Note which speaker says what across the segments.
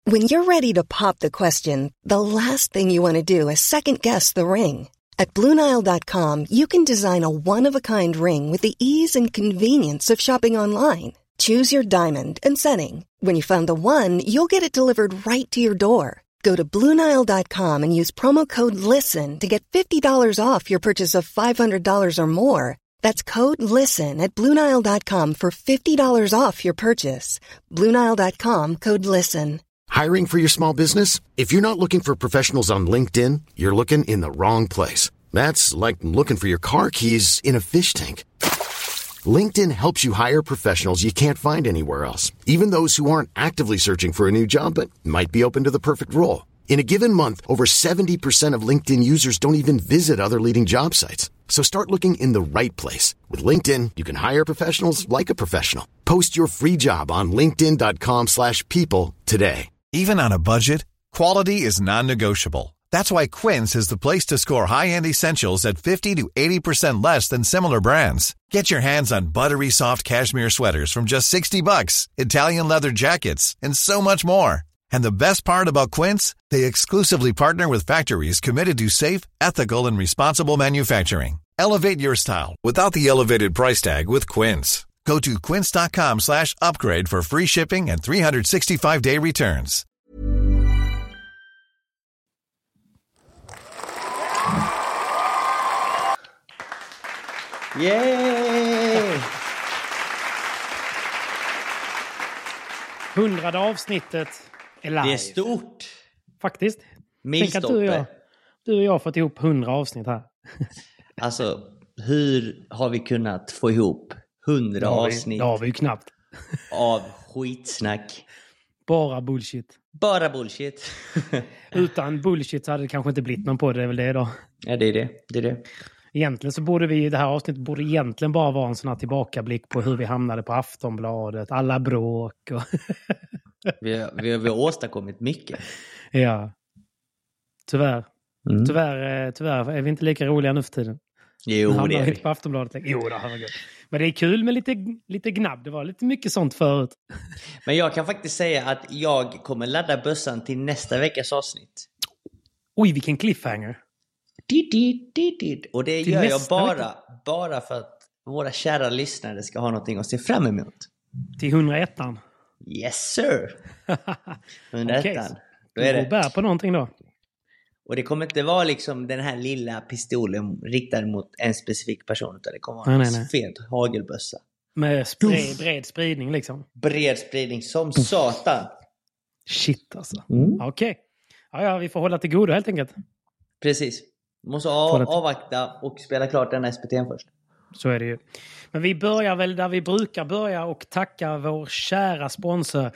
Speaker 1: When you're ready to pop the question, the last thing you want to do is second-guess the ring. At BlueNile.com, you can design a one-of-a-kind ring with the ease and convenience of shopping online. Choose your diamond and setting. When you find the one, you'll get it delivered right to your door. Go to BlueNile.com and use promo code LISTEN to get $50 off your purchase of $500 or more. That's code LISTEN at BlueNile.com for $50 off your purchase. BlueNile.com, code LISTEN.
Speaker 2: Hiring for your small business? If you're not looking for professionals on LinkedIn, you're looking in the wrong place. That's like looking for your car keys in a fish tank. LinkedIn helps you hire professionals you can't find anywhere else, even those who aren't actively searching for a new job but might be open to the perfect role. In a given month, over 70% of LinkedIn users don't even visit other leading job sites. So start looking in the right place. With LinkedIn, you can hire professionals like a professional. Post your free job on linkedin.com/people today.
Speaker 3: Even on a budget, quality is non-negotiable. That's why Quince is the place to score high-end essentials at 50 to 80% less than similar brands. Get your hands on buttery soft cashmere sweaters from just $60, Italian leather jackets, and so much more. And the best part about Quince, they exclusively partner with factories committed to safe, ethical, and responsible manufacturing. Elevate your style without the elevated price tag with Quince. Go to quince.com/upgrade for free shipping and 365-day returns.
Speaker 4: Yay!
Speaker 5: 100:e avsnittet är live.
Speaker 4: Det är stort.
Speaker 5: Faktiskt. Tänk att du och jag har fått ihop 100 avsnitt här.
Speaker 4: Alltså, hur har vi kunnat få ihop 100 avsnitt?
Speaker 5: Det har vi ju knappt.
Speaker 4: Av skitsnack.
Speaker 5: Bara bullshit.
Speaker 4: Bara bullshit.
Speaker 5: Utan bullshit så hade det kanske inte blivit någon på det, är väl det då?
Speaker 4: Ja, det är det.
Speaker 5: Egentligen så borde det här avsnittet borde egentligen bara vara en sån här tillbakablick på hur vi hamnade på Aftonbladet, alla bråk och...
Speaker 4: vi har åstadkommit mycket.
Speaker 5: Ja. Tyvärr. Tyvärr är vi inte lika roliga nu för tiden.
Speaker 4: Jo, det är vi.
Speaker 5: På Aftonbladet. Jo, det har varit. Men det är kul med lite gnabb. Det var lite mycket sånt förut.
Speaker 4: Men jag kan faktiskt säga att jag kommer ladda bössan till nästa veckas avsnitt.
Speaker 5: Oj, vilken cliffhanger.
Speaker 4: Och det gör jag bara för att våra kära lyssnare ska ha någonting att se fram emot.
Speaker 5: Till 101an.
Speaker 4: Yes sir. 101an.
Speaker 5: Okay.
Speaker 4: Då är
Speaker 5: det. Bär på någonting då.
Speaker 4: Och det kommer inte vara liksom den här lilla pistolen riktad mot en specifik person, utan det kommer vara en fet hagelbössa.
Speaker 5: Med bred spridning liksom.
Speaker 4: Bred spridning som satan.
Speaker 5: Shit alltså. Okej. Ja, vi får hålla till godo helt enkelt.
Speaker 4: Precis. Måste avvakta och spela klart den SPT:n först.
Speaker 5: Så är det ju. Men vi börjar väl där vi brukar börja och tacka vår kära sponsor.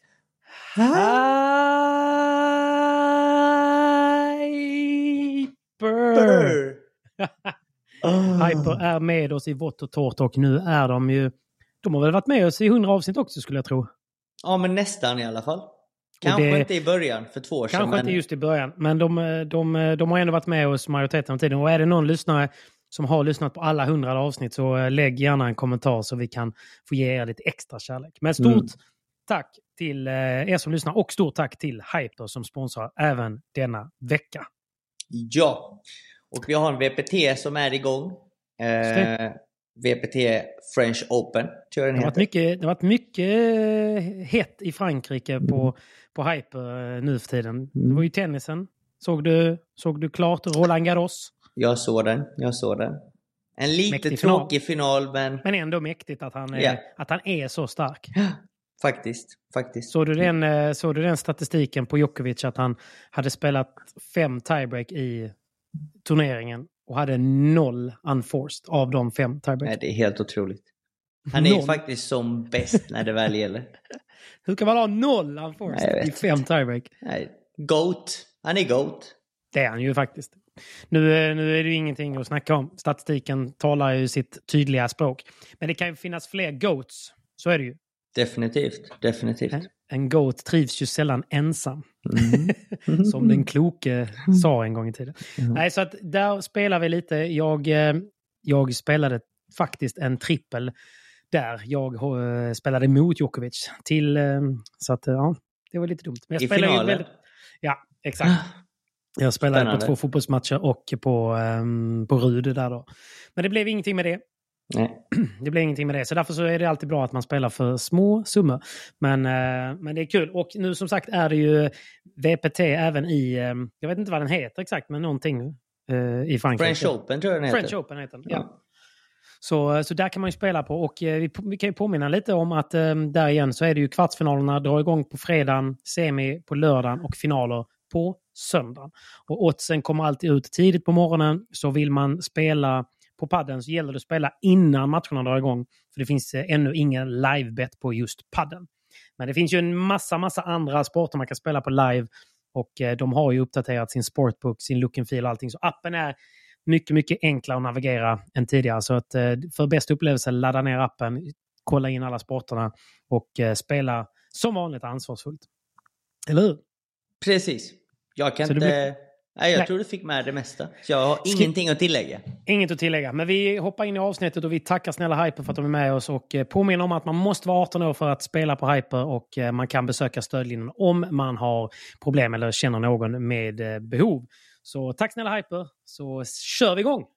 Speaker 5: Hyper! Hyper är med oss i vått och torrt och nu är de har väl varit med oss i 100 avsnitt också skulle jag tro.
Speaker 4: Ja, men nästan i alla fall. Kanske inte i början, för 2 år sedan.
Speaker 5: Kanske inte just i början, men de har ändå varit med oss majoriteten av tiden. Och är det någon lyssnare som har lyssnat på alla 100 avsnitt så lägg gärna en kommentar så vi kan få ge er lite extra kärlek. Men stort tack till er som lyssnar och stort tack till Hyper som sponsrar även denna vecka.
Speaker 4: Ja, och vi har en VPT som är igång. VPT French Open, tror jag den heter.
Speaker 5: Det har varit mycket hett i Frankrike på Hyper nu för tiden. Det var ju tennisen. Såg du klart Roland Garros?
Speaker 4: Jag såg den. En lite tråkig final, men
Speaker 5: ändå mäktigt att han är så stark.
Speaker 4: Faktiskt.
Speaker 5: Såg du den statistiken på Djokovic att han hade spelat 5 tiebreak i turneringen och hade 0 unforced av de 5 tiebreak?
Speaker 4: Nej, det är helt otroligt. Han är faktiskt som bäst när det väl gäller.
Speaker 5: Hur kan man ha 0 unforced i 5 tiebreak?
Speaker 4: Nej, GOAT. Han är GOAT.
Speaker 5: Det är han ju faktiskt. Nu är det ju ingenting att snacka om. Statistiken talar ju sitt tydliga språk. Men det kan ju finnas fler GOATs. Så är det ju.
Speaker 4: Definitivt.
Speaker 5: En GOAT trivs ju sällan ensam. Som den kloke sa en gång i tiden. Nej, så att där spelar vi lite. Jag spelade faktiskt en trippel där. Jag spelade mot Djokovic till så att ja, Det var lite dumt. Men jag
Speaker 4: I
Speaker 5: spelar
Speaker 4: finalen?
Speaker 5: ju ja, exakt. Jag spelade på 2 fotbollsmatcher och på Rud där då. Men det blev ingenting med det.
Speaker 4: Nej.
Speaker 5: Det blir ingenting med det. Så därför så är det alltid bra att man spelar för små summor. Men det är kul. Och nu som sagt är det ju VPT även i... jag vet inte vad den heter exakt, men någonting i Frankrike.
Speaker 4: French Open tror jag den heter.
Speaker 5: French Open heter den, ja. Så där kan man ju spela på. Och vi kan ju påminna lite om att där igen så är det ju kvartsfinalerna drar igång på fredagen, semi på lördagen och finaler på söndagen. Och oddsen kommer alltid ut tidigt på morgonen. Så vill man spela på padden så gäller det att spela innan matcherna drar igång. För det finns ännu ingen live-bet på just padden. Men det finns ju en massa andra sporter man kan spela på live. Och de har ju uppdaterat sin sportbook, sin look and feel och allting. Så appen är mycket enklare att navigera än tidigare. Så att för bästa upplevelse, ladda ner appen, kolla in alla sporterna och spela som vanligt ansvarsfullt. Eller hur?
Speaker 4: Precis. Jag kan inte... Nej, jag tror du fick med det mesta. Så jag har ingenting att tillägga. Inget
Speaker 5: att tillägga. Men vi hoppar in i avsnittet och vi tackar snälla Hyper för att de är med oss. Och påminner om att man måste vara 18 år för att spela på Hyper. Och man kan besöka stödlinjen om man har problem eller känner någon med behov. Så tack snälla Hyper. Så kör vi igång.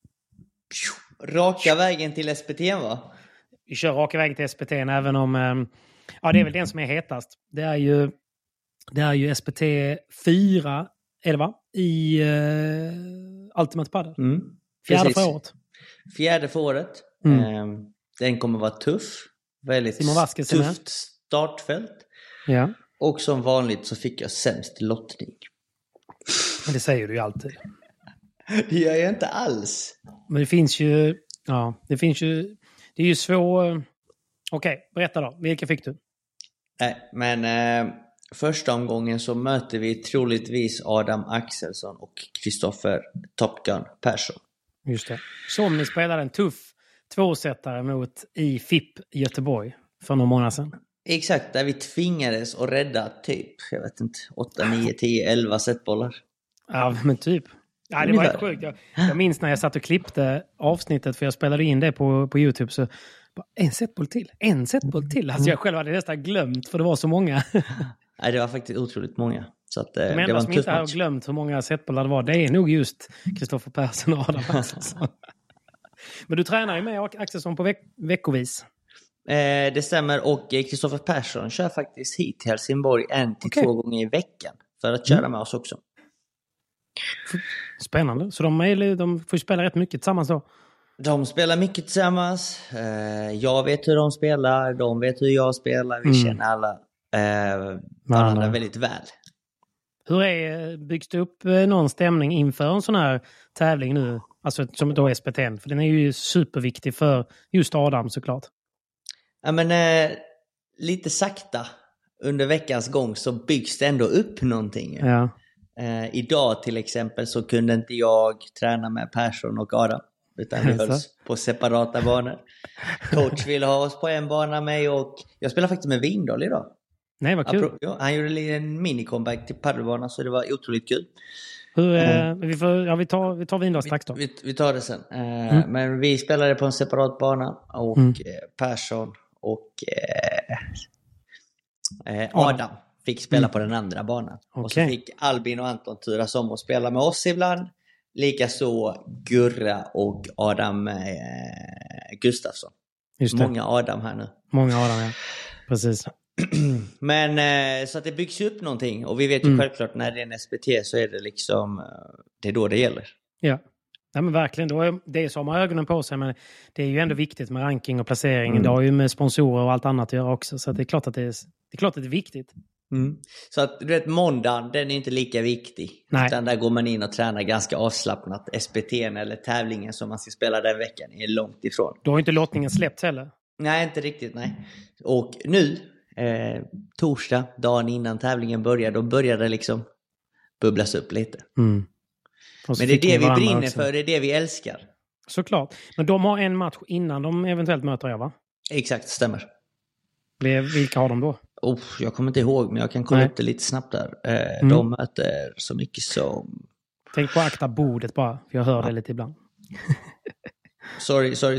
Speaker 4: Raka vägen till SPT, va?
Speaker 5: Vi kör raka vägen till SPT även om... det är väl den som är hetast. Det är ju SPT 4... Är det, va? I Ultimate Padel. Fjärde för året.
Speaker 4: Fjärde för året. Den kommer vara tuff. Väldigt tufft startfält.
Speaker 5: Ja.
Speaker 4: Och som vanligt så fick jag sämst lottning.
Speaker 5: Men det säger du ju alltid.
Speaker 4: Det gör jag inte alls.
Speaker 5: Men det finns ju... Ja, det finns ju... Det är ju svår... Okej, berätta då. Vilka fick du?
Speaker 4: Nej, men... Första omgången så möter vi troligtvis Adam Axelsson och Kristoffer Top Gun Persson.
Speaker 5: Just det. Som ni spelade en tuff 2-sättare mot i FIP Göteborg för några månader sedan.
Speaker 4: Exakt, där vi tvingades att rädda typ, jag vet inte, 8, 9, 10, 11 setbollar.
Speaker 5: Ja, men typ. Ja, det var helt sjukt. Jag minns när jag satt och klippte avsnittet, för jag spelade in det på YouTube, så bara, en setboll till. Alltså jag själv hade nästan glömt, för det var så många.
Speaker 4: Nej, det var faktiskt otroligt många. Så att,
Speaker 5: de enda
Speaker 4: det var en
Speaker 5: som
Speaker 4: tuff
Speaker 5: inte har glömt hur många setbollar det var, det är nog just Kristoffer Persson och Adam Axelsson. Men du tränar ju med Axelsson på veckovis.
Speaker 4: Det stämmer, och Kristoffer Persson kör faktiskt hit till Helsingborg 1 till 2 gånger i veckan för att köra med oss också.
Speaker 5: Spännande. Så de får spela rätt mycket tillsammans då?
Speaker 4: De spelar mycket tillsammans. Jag vet hur de spelar. De vet hur jag spelar. Vi känner alla varandra väldigt väl.
Speaker 5: Byggs det upp någon stämning inför en sån här tävling nu? Alltså som då SPTN. För den är ju superviktig för just Adam såklart.
Speaker 4: Ja, men lite sakta under veckans gång så byggs det ändå upp någonting.
Speaker 5: Ja.
Speaker 4: Idag till exempel så kunde inte jag träna med Persson och Adam. Utan vi hölls på separata banor. Coach ville ha oss på en bana, mig, och jag spelar faktiskt med Vindal idag.
Speaker 5: Nej, vad kul.
Speaker 4: Han gjorde en mini-comeback till paddelbanan, så det var otroligt kul.
Speaker 5: Vi tar Vindal strax då.
Speaker 4: Vi tar det sen. Men vi spelade på en separat bana, och Persson och Adam fick spela på den andra banan. Okay. Och så fick Albin och Anton turas om och spela med oss ibland. Likaså Gurra och Adam Gustafsson. Många Adam här nu.
Speaker 5: Många Adam, ja. Precis.
Speaker 4: Men så att det byggs upp någonting. Och vi vet ju självklart, när det är en SPT så är det liksom, det är då det gäller.
Speaker 5: Ja, men verkligen. Det är så man har ögonen på sig, men det är ju ändå viktigt med ranking och placering. Det har ju med sponsorer och allt annat att göra också. Så det är klart att det är viktigt.
Speaker 4: Så att du vet, måndagen, den är inte lika viktig.
Speaker 5: Nej.
Speaker 4: Utan där går man in och tränar ganska avslappnat. SPT:n eller tävlingen som man ska spela den veckan är långt ifrån.
Speaker 5: Då har inte lottningen släppts heller?
Speaker 4: Nej, inte riktigt, nej. Och nu, torsdag, dagen innan tävlingen börjar, då börjar det liksom bubblas upp lite. Men det är det vi brinner för, det är det vi älskar.
Speaker 5: Såklart. Men de har en match innan de eventuellt möter er, va?
Speaker 4: Exakt, stämmer.
Speaker 5: Vilka har de då?
Speaker 4: Jag kommer inte ihåg, men jag kan kolla upp det lite snabbt där. De möter så mycket som...
Speaker 5: Tänk på akta bordet bara, för jag hör det lite ibland.
Speaker 4: Sorry.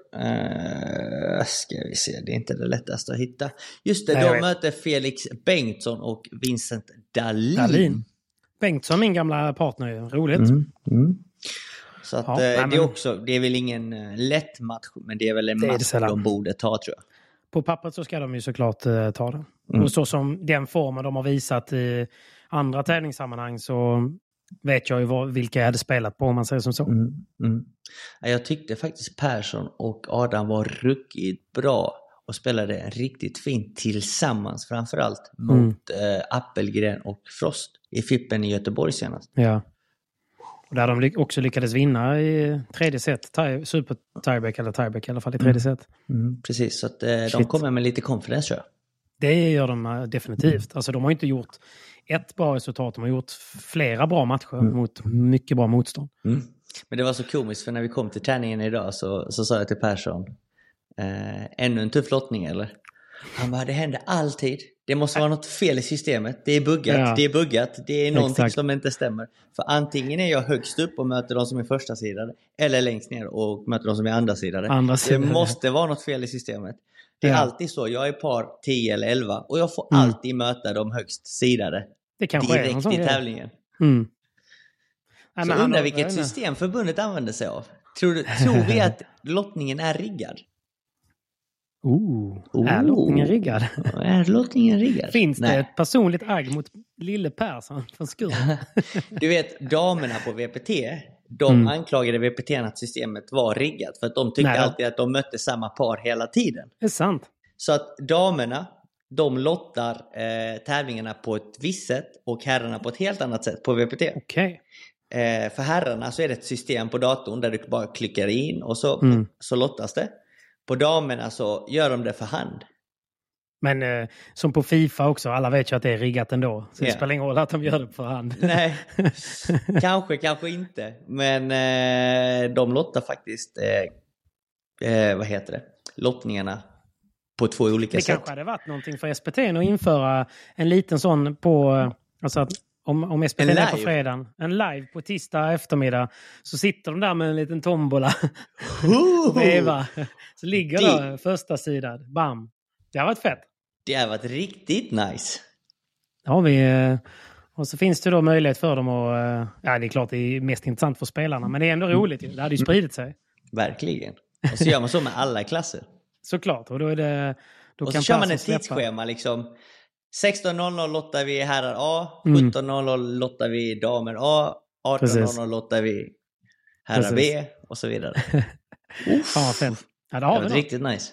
Speaker 4: Ska vi se, det är inte det lättaste att hitta. Just det, de möter Felix Bengtsson och Vincent Dahlin.
Speaker 5: Bengtsson, min gamla partner, roligt.
Speaker 4: Så att, det är väl ingen lätt match, men det är väl en match de borde ta, tror jag.
Speaker 5: På pappret så ska de ju såklart ta den. Och så som den formen de har visat i andra tävlingssammanhang så vet jag ju vilka jag hade spelat på, om man säger som så.
Speaker 4: Jag tyckte faktiskt Persson och Adam var ruckigt bra och spelade riktigt fint tillsammans, framförallt mot Appelgren och Frost i Fippen i Göteborg senast.
Speaker 5: Ja. Och där de också lyckades vinna i tredje set. Super tiebreak eller tiebreak i alla fall i tredje set.
Speaker 4: Precis, så att de kommer med lite confidence, tror jag.
Speaker 5: Det gör de definitivt. Alltså de har inte gjort ett bra resultat. De har gjort flera bra matcher mot mycket bra motstånd.
Speaker 4: Men det var så komiskt, för när vi kom till träningen idag så sa jag till Persson, ännu en tuff lottning eller? Han bara, det händer alltid. Det måste vara något fel i systemet. Det är buggat. Det är någonting som inte stämmer. För antingen är jag högst upp och möter de som är första sidade, eller längst ner och möter de som är andra sidade. Det måste vara något fel i systemet. Det är alltid så. Jag är par 10 eller 11 och jag får alltid möta de högst sidade.
Speaker 5: Det kanske
Speaker 4: direkt i tävlingen. Så undrar vilket system förbundet använder sig av. Tror vi att lottningen är riggad?
Speaker 5: Är lottningen riggad?
Speaker 4: Är lottningen riggad?
Speaker 5: Finns det ett personligt agg mot lille Persson från Skur?
Speaker 4: Du vet, damerna på VPT, de anklagade VPT att systemet var riggat, för att de tyckte alltid att de mötte samma par hela tiden.
Speaker 5: Det är sant.
Speaker 4: Så att damerna, de lottar tävlingarna på ett visst sätt och herrarna på ett helt annat sätt på VPT.
Speaker 5: Okej.
Speaker 4: För herrarna så är det ett system på datorn där du bara klickar in och så lottas det. På damerna så gör de det för hand.
Speaker 5: Men som på FIFA också, alla vet ju att det är riggat ändå. Så det spelar ingen roll att de gör det för hand.
Speaker 4: Nej, kanske inte. Men de lottar faktiskt, lottningarna på 2 olika sätt.
Speaker 5: Det kanske hade varit någonting för SPT att införa en liten sån på, alltså att om SPT är på fredagen, en live på tisdag eftermiddag, så sitter de där med en liten tombola och vevar. Så ligger där första sidan. Bam. Det har varit fett.
Speaker 4: Det har varit riktigt nice.
Speaker 5: Ja, och så finns det då möjlighet för dem att, ja, det är klart det är mest intressant för spelarna, men det är ändå roligt. Det hade ju spridit sig.
Speaker 4: Verkligen. Och så gör man så med alla klasser.
Speaker 5: Såklart. Och då är det... Då
Speaker 4: och
Speaker 5: kan
Speaker 4: så kör man ett tidsschema liksom. 16.00 lottar vi herrar A, 17.00 lottar vi damer A, 18.00 lottar vi herrar B och så vidare.
Speaker 5: Ja, fint. Ja, det har vi
Speaker 4: riktigt nice.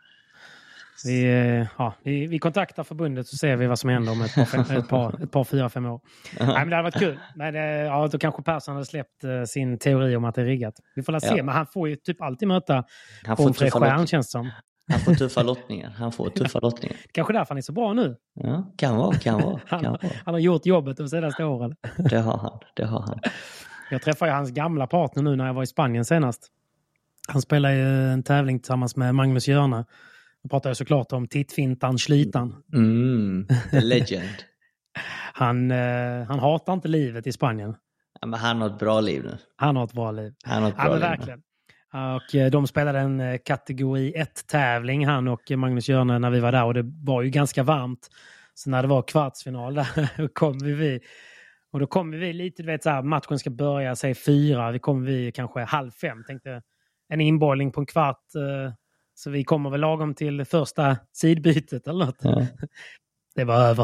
Speaker 5: Vi kontaktar förbundet så ser vi vad som händer om ett par 4-5 år. Nej, men det hade varit kul. Men då kanske Persson hade släppt sin teori om att det är riggat. Vi får se, men han får ju typ alltid möta Bonfré Stjärn, känns det som. Han får tuffa lottningar. Kanske därför han är så bra nu.
Speaker 4: Ja, kan vara.
Speaker 5: Han har gjort jobbet de senaste åren.
Speaker 4: Det har han.
Speaker 5: Jag träffade hans gamla partner nu när jag var i Spanien senast. Han spelade ju en tävling tillsammans med Magnus Hjörne. Då pratar jag såklart om Tittfintan Schlytan.
Speaker 4: The legend.
Speaker 5: Han hatar inte livet i Spanien.
Speaker 4: Ja, men han har ett bra liv nu.
Speaker 5: Verkligen. Och de spelade en kategori 1-tävling, han och Magnus Hjörne, när vi var där. Och det var ju ganska varmt. Så när det var kvartsfinal där då kom vi lite, du vet, så här, matchen ska börja, säg 4. Vi kommer kanske 4:30. Tänkte en inbollning på en kvart. Så vi kommer väl lagom till första sidbytet eller något. Ja. Det var över.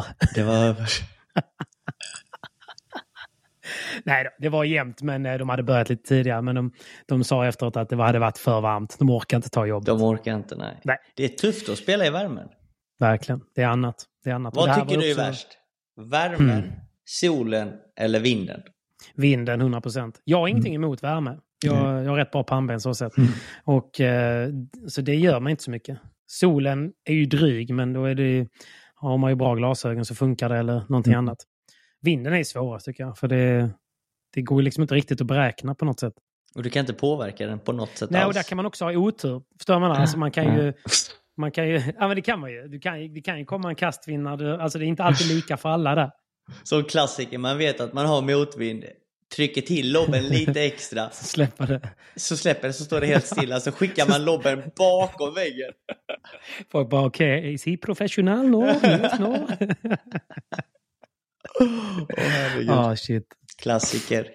Speaker 5: Nej då, det var jämnt, men de hade börjat lite tidigare. Men de sa efteråt att det hade varit för varmt. De orkar inte ta jobbet.
Speaker 4: De orkar inte, nej. Det är tufft att spela i värmen.
Speaker 5: Verkligen, det är annat.
Speaker 4: Vad tycker du är värst? Värmen, solen eller vinden?
Speaker 5: Vinden, 100%. Jag har ingenting emot värme. Jag har rätt bra pannben så sett. Och så det gör mig inte så mycket. Solen är ju dryg, men då har man ju bra glasögon så funkar det, eller någonting annat. Vinden är svårast tycker jag, för det går liksom inte riktigt att beräkna på något sätt. Och
Speaker 4: du kan inte påverka den på något sätt.
Speaker 5: Nej, och där kan man också ha otur. Förstår man? Alltså man kan ju, ja, men det kan man ju. Det kan ju komma en kastvinnare. Alltså det är inte alltid lika för alla där.
Speaker 4: Som klassiker, man vet att man har motvind. trycker till lobben lite extra.
Speaker 5: Så släpper det. Så står det helt stilla. Så skickar man lobben bakom väggen. Folk bara, okej, is he professional? No, yes, no. Shit.
Speaker 4: Klassiker.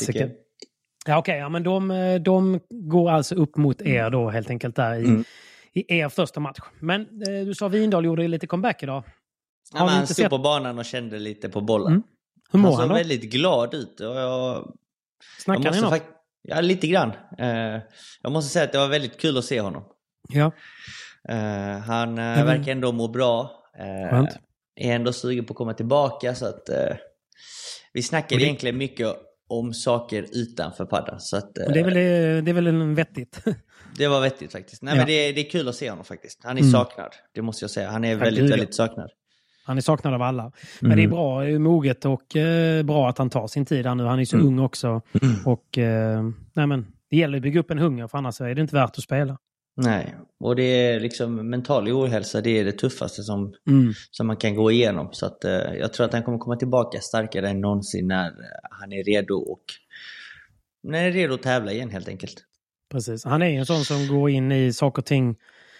Speaker 5: Ja, okej. Ja, men de går alltså upp mot er då helt enkelt där i er första match. Men du sa Vindal gjorde lite comeback idag.
Speaker 4: Han stod på banan och kände lite på bollen.
Speaker 5: Hur mår
Speaker 4: han såg
Speaker 5: han då?
Speaker 4: Väldigt glad ut.
Speaker 5: Snackar ni något?
Speaker 4: Ja, lite grann. Jag måste säga att det var väldigt kul att se honom.
Speaker 5: Ja.
Speaker 4: Han verkar ändå må bra. Är ändå sugen på att komma tillbaka. Så att vi snackar egentligen mycket om saker utanför paddan. Så att,
Speaker 5: det är väl en vettigt.
Speaker 4: Det var vettigt faktiskt. Nej, men det är kul att se honom faktiskt. Han är saknad, det måste jag säga. Han är väldigt saknad. Han är
Speaker 5: saknad av alla. Men det är bra, det är moget och bra att han tar sin tid här nu. Han är så ung också. Och det gäller att bygga upp en hunger, för annars är det inte värt att spela.
Speaker 4: Nej, och det är liksom mental ohälsa, det är det tuffaste som man kan gå igenom. Så att jag tror att han kommer komma tillbaka starkare än någonsin när han är redo och när han är redo att tävla igen helt enkelt.
Speaker 5: Precis, han är en sån som går in i saker och ting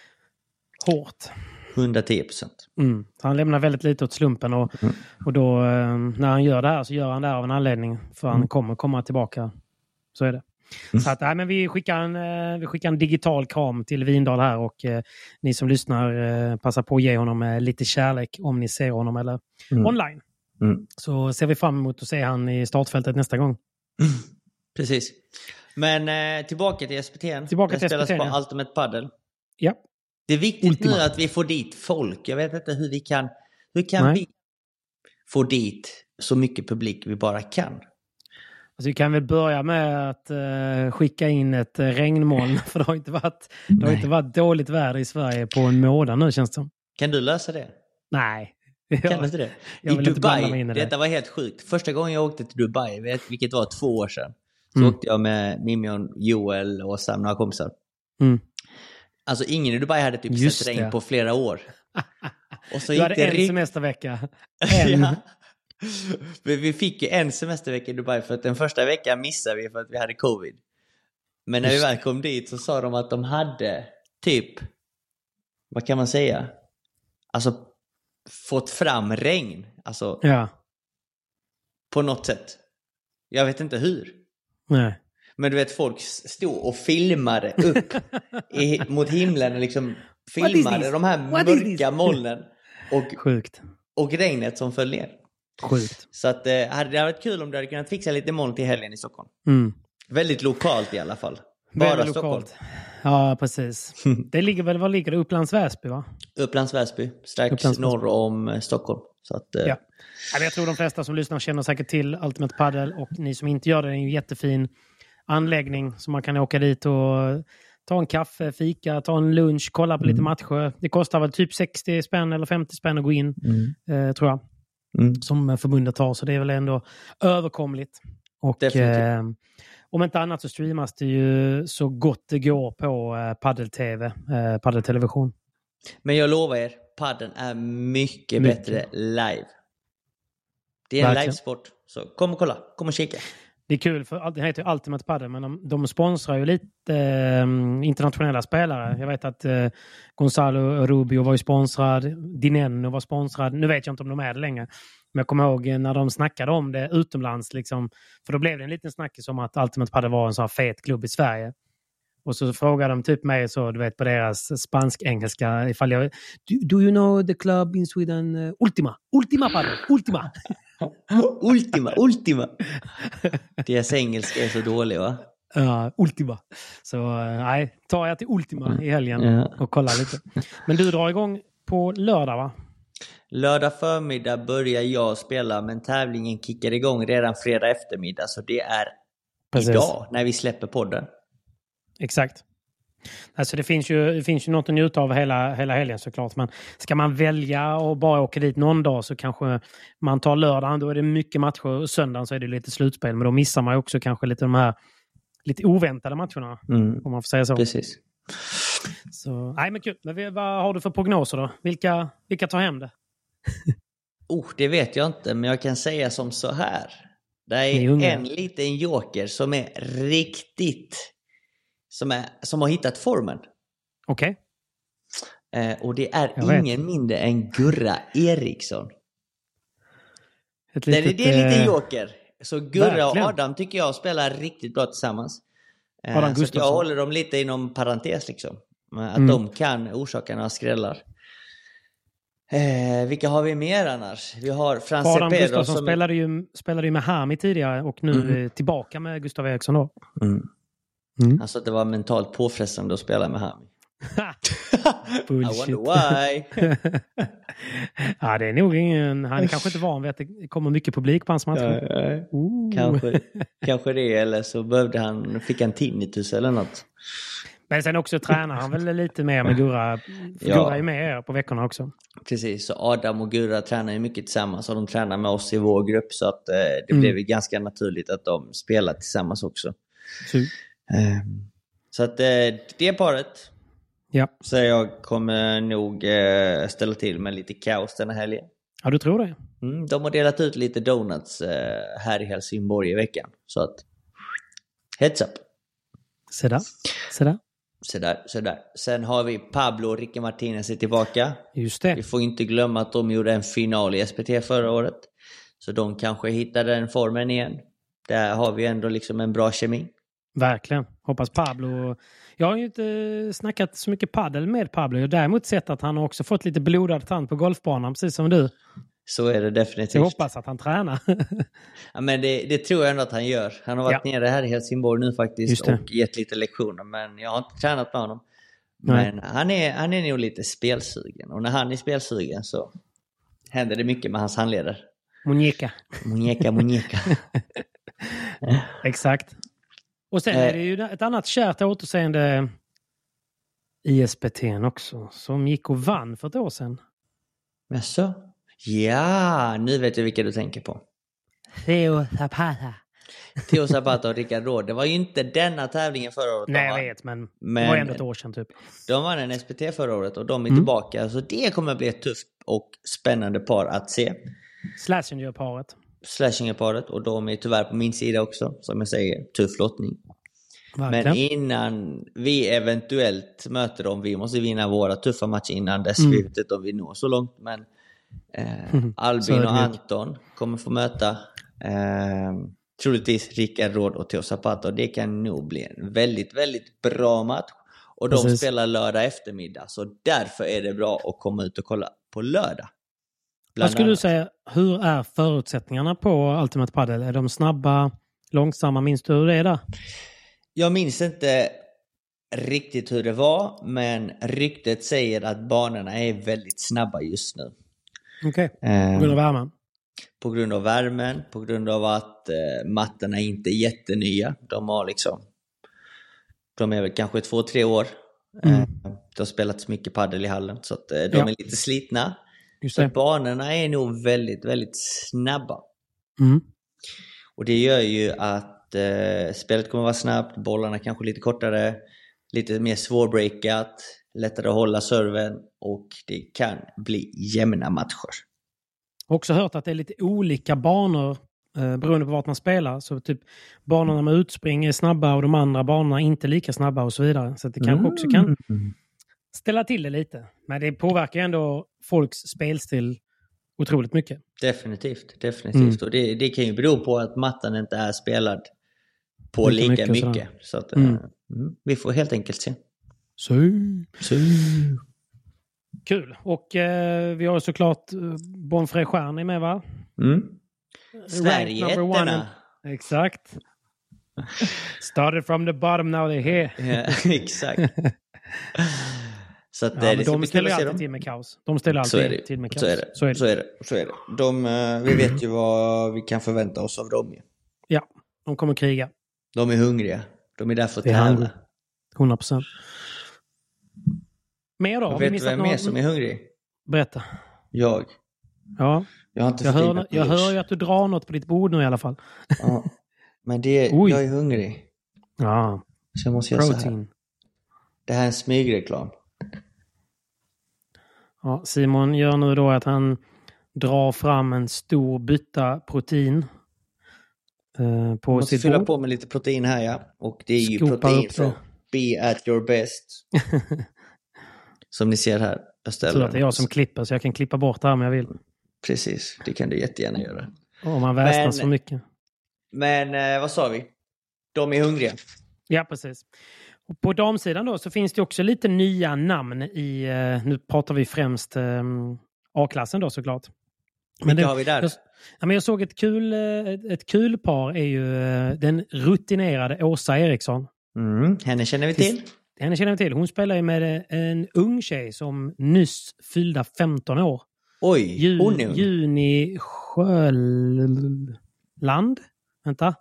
Speaker 5: hårt.
Speaker 4: 110%.
Speaker 5: Han lämnar väldigt lite åt slumpen och då när han gör det här så gör han det av en anledning, för han kommer komma tillbaka. Så är det. Så att, men vi skickar en digital kram till Vindal här, och ni som lyssnar passar på att ge honom lite kärlek om ni ser honom eller online. Så ser vi fram emot att se han i startfältet nästa gång.
Speaker 4: Precis. Men tillbaka till SPT:n.
Speaker 5: Det
Speaker 4: spelas på Ultimate Padel.
Speaker 5: Ja.
Speaker 4: Det är viktigt nu att vi får dit folk. Jag vet inte hur vi kan vi få dit så mycket publik vi bara kan.
Speaker 5: Alltså, vi kan väl börja med att skicka in ett regnmoln, för det har inte varit dåligt väder i Sverige på en månad nu, känns det som.
Speaker 4: Kan du lösa det?
Speaker 5: Nej.
Speaker 4: Kan inte det? I Dubai, detta var helt sjukt. Första gången jag åkte till Dubai, vilket var 2 år sedan, så åkte jag med Mimion, Joel och Sam, några kompisar. Alltså ingen i Dubai hade typ sett regn på flera år. Och så
Speaker 5: du hade en semestervecka.
Speaker 4: Ja. Vi fick ju en semestervecka i Dubai, för att den första veckan missade vi för att vi hade covid. Men när vi väl kom dit så sa de att de hade typ, vad kan man säga? Alltså fått fram regn. Alltså på något sätt. Jag vet inte hur.
Speaker 5: Nej.
Speaker 4: Men du vet, folk stod och filmade upp mot himlen och liksom filmade de här mörka molnen och regnet som föll ner.
Speaker 5: Sjukt.
Speaker 4: Så att det hade varit kul om du hade kunnat fixa lite moln till helgen i Stockholm. Väldigt lokalt i alla fall. Bara Stockholm.
Speaker 5: Ja, precis. Det ligger väl, var ligger det? Upplands Väsby, va?
Speaker 4: Upplands Väsby, strax norr om Stockholm. Så att,
Speaker 5: ja. Jag tror de flesta som lyssnar känner säkert till Ultimate Padel, och ni som inte gör det, är en jättefin anläggning som man kan åka dit och ta en kaffe, fika, ta en lunch, kolla på lite matcher. Det kostar väl typ 60 spänn eller 50 spänn att gå in, tror jag. Som förbundet har, så det är väl ändå överkomligt. Och om inte annat så streamas det ju så gott det går på padel-tv,
Speaker 4: Men jag lovar er, padden är mycket bättre live. Det är en livesport, så kom och kolla, kom och kika.
Speaker 5: Det är kul, för det heter ju Ultimate Padel, men de sponsrar ju lite internationella spelare. Jag vet att Gonzalo Rubio var ju sponsrad, Dineno var sponsrad. Nu vet jag inte om de är det längre. Men jag kommer ihåg när de snackade om det utomlands, liksom, för då blev det en liten snackis om att Ultimate Padel var en sån här fet klubb i Sverige. Och så frågade de typ mig, så du vet, på deras spansk-engelska, ifall jag, do you know the club in Sweden? Ultima Padel, Ultima.
Speaker 4: Ultima. Deras engelska är så dålig, va?
Speaker 5: Ultima. Så nej, tar jag till Ultima i helgen och kollar lite. Men du drar igång på lördag, va?
Speaker 4: Lördag förmiddag börjar jag spela, men tävlingen kickar igång redan fredag eftermiddag. Så det är idag när vi släpper podden.
Speaker 5: Exakt. Alltså det finns ju något att njuta av hela helgen såklart. Men ska man välja och bara åka dit någon dag, så kanske man tar lördagen, då är det mycket matcher, och söndagen så är det lite slutspel. Men då missar man ju också kanske lite de här lite oväntade matcherna, om man får säga så.
Speaker 4: Precis.
Speaker 5: Så, nej men kul. Men vad har du för prognoser då? Vilka tar hem det?
Speaker 4: Det vet jag inte, men jag kan säga som så här. Det är en liten joker som är riktigt... Som har hittat formen.
Speaker 5: Okej.
Speaker 4: Och det är ingen mindre än Gurra Eriksson. Det är en liten joker. Så Gurra och Adam tycker jag spelar riktigt bra tillsammans. Så jag håller dem lite inom parentes liksom. Att de kan orsaka några skrällar. Vilka har vi mer annars? Vi har Frans
Speaker 5: Adam
Speaker 4: Cepero
Speaker 5: Gustafsson spelade ju med Hami tidigare och nu tillbaka med Gustav Eriksson då.
Speaker 6: Alltså det var mentalt påfrestande att spela med Hami.
Speaker 5: I
Speaker 6: wonder why.
Speaker 5: Ja, det är nog ingen... Han är kanske inte van vid att det kommer mycket publik på hans matcher.
Speaker 6: Kanske det, eller så fick han tinnitus eller något.
Speaker 5: Men sen också tränar han väl lite mer med Gurra. Gurra är med på veckorna också.
Speaker 6: Precis, så Adam och Gurra tränar ju mycket tillsammans och de tränar med oss i vår grupp, så att det blev ju ganska naturligt att de spelar tillsammans också. Så att det paret så jag kommer nog ställa till med lite kaos den här helgen.
Speaker 5: Ja, du tror det?
Speaker 6: De har delat ut lite donuts här i Helsingborg i veckan. Så att heads up.
Speaker 5: Så där.
Speaker 6: Sen har vi Pablo och Ricky Martinez är tillbaka.
Speaker 5: Just det.
Speaker 6: Vi får inte glömma att de gjorde en final i SPT förra året. Så de kanske hittade den formen igen. Där har vi ändå liksom en bra kemi.
Speaker 5: Verkligen. Hoppas Pablo... Jag har ju inte snackat så mycket paddel med Pablo. Jag har däremot sett att han har också fått lite blodad tand på golfbanan, precis som du.
Speaker 6: Så är det definitivt.
Speaker 5: Jag hoppas att han tränar.
Speaker 6: Ja, men det tror jag ändå att han gör. Han har varit nere här i Helsingborg nu faktiskt och gett lite lektioner. Men jag har inte tränat med honom. Men han är nog lite spelsugen. Och när han är spelsugen så händer det mycket med hans handleder.
Speaker 5: Muñeca. Exakt. Och sen är det ju ett annat kärt återseende i SPT också. Som gick och vann för ett år sedan.
Speaker 6: Jaså? Ja, nu vet jag vilka du tänker på.
Speaker 5: Theo Zapata
Speaker 6: och Rickard Råd. Det var ju inte denna tävlingen förra året.
Speaker 5: Nej, jag vet, men det var ändå ett år sedan typ.
Speaker 6: De vann en SPT förra året och de är tillbaka. Så det kommer bli ett tufft och spännande par att se. Slashinger-paret. Och de är tyvärr på min sida också. Som jag säger, tuff lottning. Verkligen. Men innan vi eventuellt möter dem, vi måste vinna våra tuffa matcher innan dess. Vi vet inte om vi når så långt, men Albin och Anton kommer få möta troligtvis Rickard Råd och Theo Zapata, och det kan nog bli en väldigt, väldigt bra match. Och de spelar lördag eftermiddag, så därför är det bra att komma ut och kolla på lördag.
Speaker 5: Vad skulle du säga, hur är förutsättningarna på Ultimate Padel? Är de snabba, långsamma? Minns du hur det är där? Jag
Speaker 6: minns inte riktigt hur det var, men ryktet säger att banorna är väldigt snabba just nu.
Speaker 5: Okej, på grund av värmen?
Speaker 6: På grund av värmen, på grund av att mattorna inte är jättenya. De är väl kanske 2-3 år. Det har spelats mycket paddel i hallen, så att de är lite slitna. Så banorna är nog väldigt, väldigt snabba. Och det gör ju att spelet kommer vara snabbt, bollarna kanske lite kortare, lite mer svårbreakat, lättare att hålla serven, och det kan bli jämna matcher.
Speaker 5: Jag har också hört att det är lite olika banor beroende på vart man spelar. Så typ banorna med utspring är snabba och de andra banorna inte lika snabba och så vidare. Så att det kanske också kan ställa till det lite. Men det påverkar ändå folks spelstil otroligt mycket.
Speaker 6: Definitivt. Och det kan ju bero på att mattan inte är spelad på lika mycket. Så att, vi får helt enkelt se.
Speaker 5: Så. Kul. Och vi har såklart Bonfré Stjärn är med, va?
Speaker 6: Sverige-ettorna.
Speaker 5: Exakt. Started from the bottom, now they're here.
Speaker 6: Ja, exakt. Så att
Speaker 5: de ställer alltid till med kaos. Så
Speaker 6: är det. Vi vet ju vad vi kan förvänta oss av dem.
Speaker 5: Ja, de kommer kriga.
Speaker 6: De är hungriga. De är där för att tävla.
Speaker 5: 100%. Mer då?
Speaker 6: Vet du vem är som är hungrig?
Speaker 5: Berätta.
Speaker 6: Jag.
Speaker 5: Ja. Jag hör ju att du drar något på ditt bord nu i alla fall.
Speaker 6: Ja. Men jag är hungrig.
Speaker 5: Ja.
Speaker 6: Så jag måste göra så här. Det här är en smygreklam.
Speaker 5: Ja, Simon gör nu då att han drar fram en stor bytta protein.
Speaker 6: På måste sitt fylla bord. På med lite protein här, ja. Och det är ju protein från Be At Your Best. Som ni ser här.
Speaker 5: Jag tror att det är jag som klipper, så jag kan klippa bort det här om jag vill.
Speaker 6: Precis, det kan du jättegärna göra.
Speaker 5: Om man väsnas så mycket.
Speaker 6: Men vad sa vi? De är hungriga.
Speaker 5: Ja, precis. Och på damsidan då så finns det också lite nya namn i, nu pratar vi främst A-klassen då såklart.
Speaker 6: Men det har vi där.
Speaker 5: Jag såg ett kul par är ju den rutinerade Åsa Eriksson.
Speaker 6: Henne känner vi till.
Speaker 5: Henne känner vi till. Hon spelar ju med en ung tjej som nyss fyllda 15 år.
Speaker 6: Oj, hon är ung.
Speaker 5: Juni Sjöland. Vänta.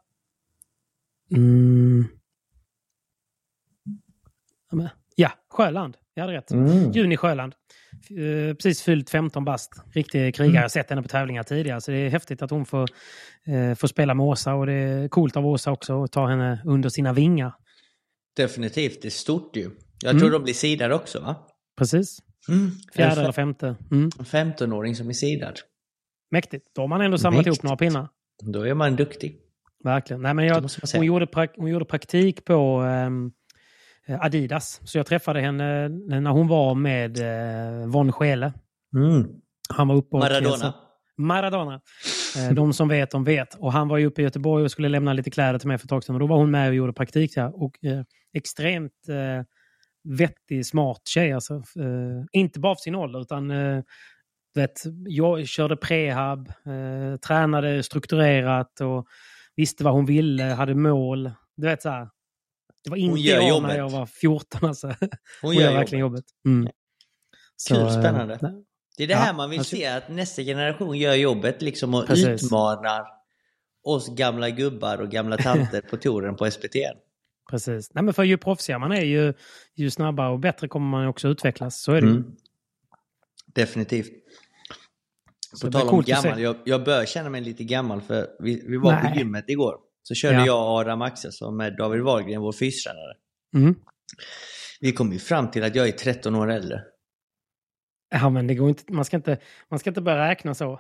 Speaker 5: Ja, Sjöland. Jag hade rätt. Juni Sjöland. Precis fyllt 15 bast. Riktig krigare. Jag har sett henne på tävlingar tidigare. Så det är häftigt att hon får spela med Åsa. Och det är coolt av Åsa också att ta henne under sina vingar.
Speaker 6: Definitivt. Det är stort ju. Jag tror de blir sidade också, va?
Speaker 5: Precis. Fjärde eller femte.
Speaker 6: En 15-åring som är sidad.
Speaker 5: Mäktigt. Då har man ändå samlat ihop några pinnar.
Speaker 6: Då är man duktig.
Speaker 5: Verkligen. Nej, men hon gjorde praktik på Adidas. Så jag träffade henne när hon var med Von Schele. Han var uppe och Maradona. De som vet, de vet. Och han var ju uppe i Göteborg och skulle lämna lite kläder till mig för ett tag sedan. Och då var hon med och gjorde praktik där. Och extremt vettig, smart tjej. Alltså. Inte bara för sin ålder utan jag körde prehab, tränade strukturerat och visste vad hon ville, hade mål. Du vet så här. Det var inte jag när jag var 14. Alltså. Hon gör verkligen jobbet.
Speaker 6: Kul, spännande. Det är det här man vill se, att nästa generation gör jobbet liksom och utmanar oss gamla gubbar och gamla tanter på touren på SPTN.
Speaker 5: Precis. Nej, men för ju proffsigare man är, ju snabbare och bättre kommer man också utvecklas. Så är det.
Speaker 6: Definitivt. På tal om gammal, jag bör känna mig lite gammal för vi var på gymmet igår. Så körde jag och Adam Axelsson med David Wahlgren, vår fystränare. Vi kom ju fram till att jag är 13 år äldre.
Speaker 5: Ja, men det går inte, man ska inte börja räkna så.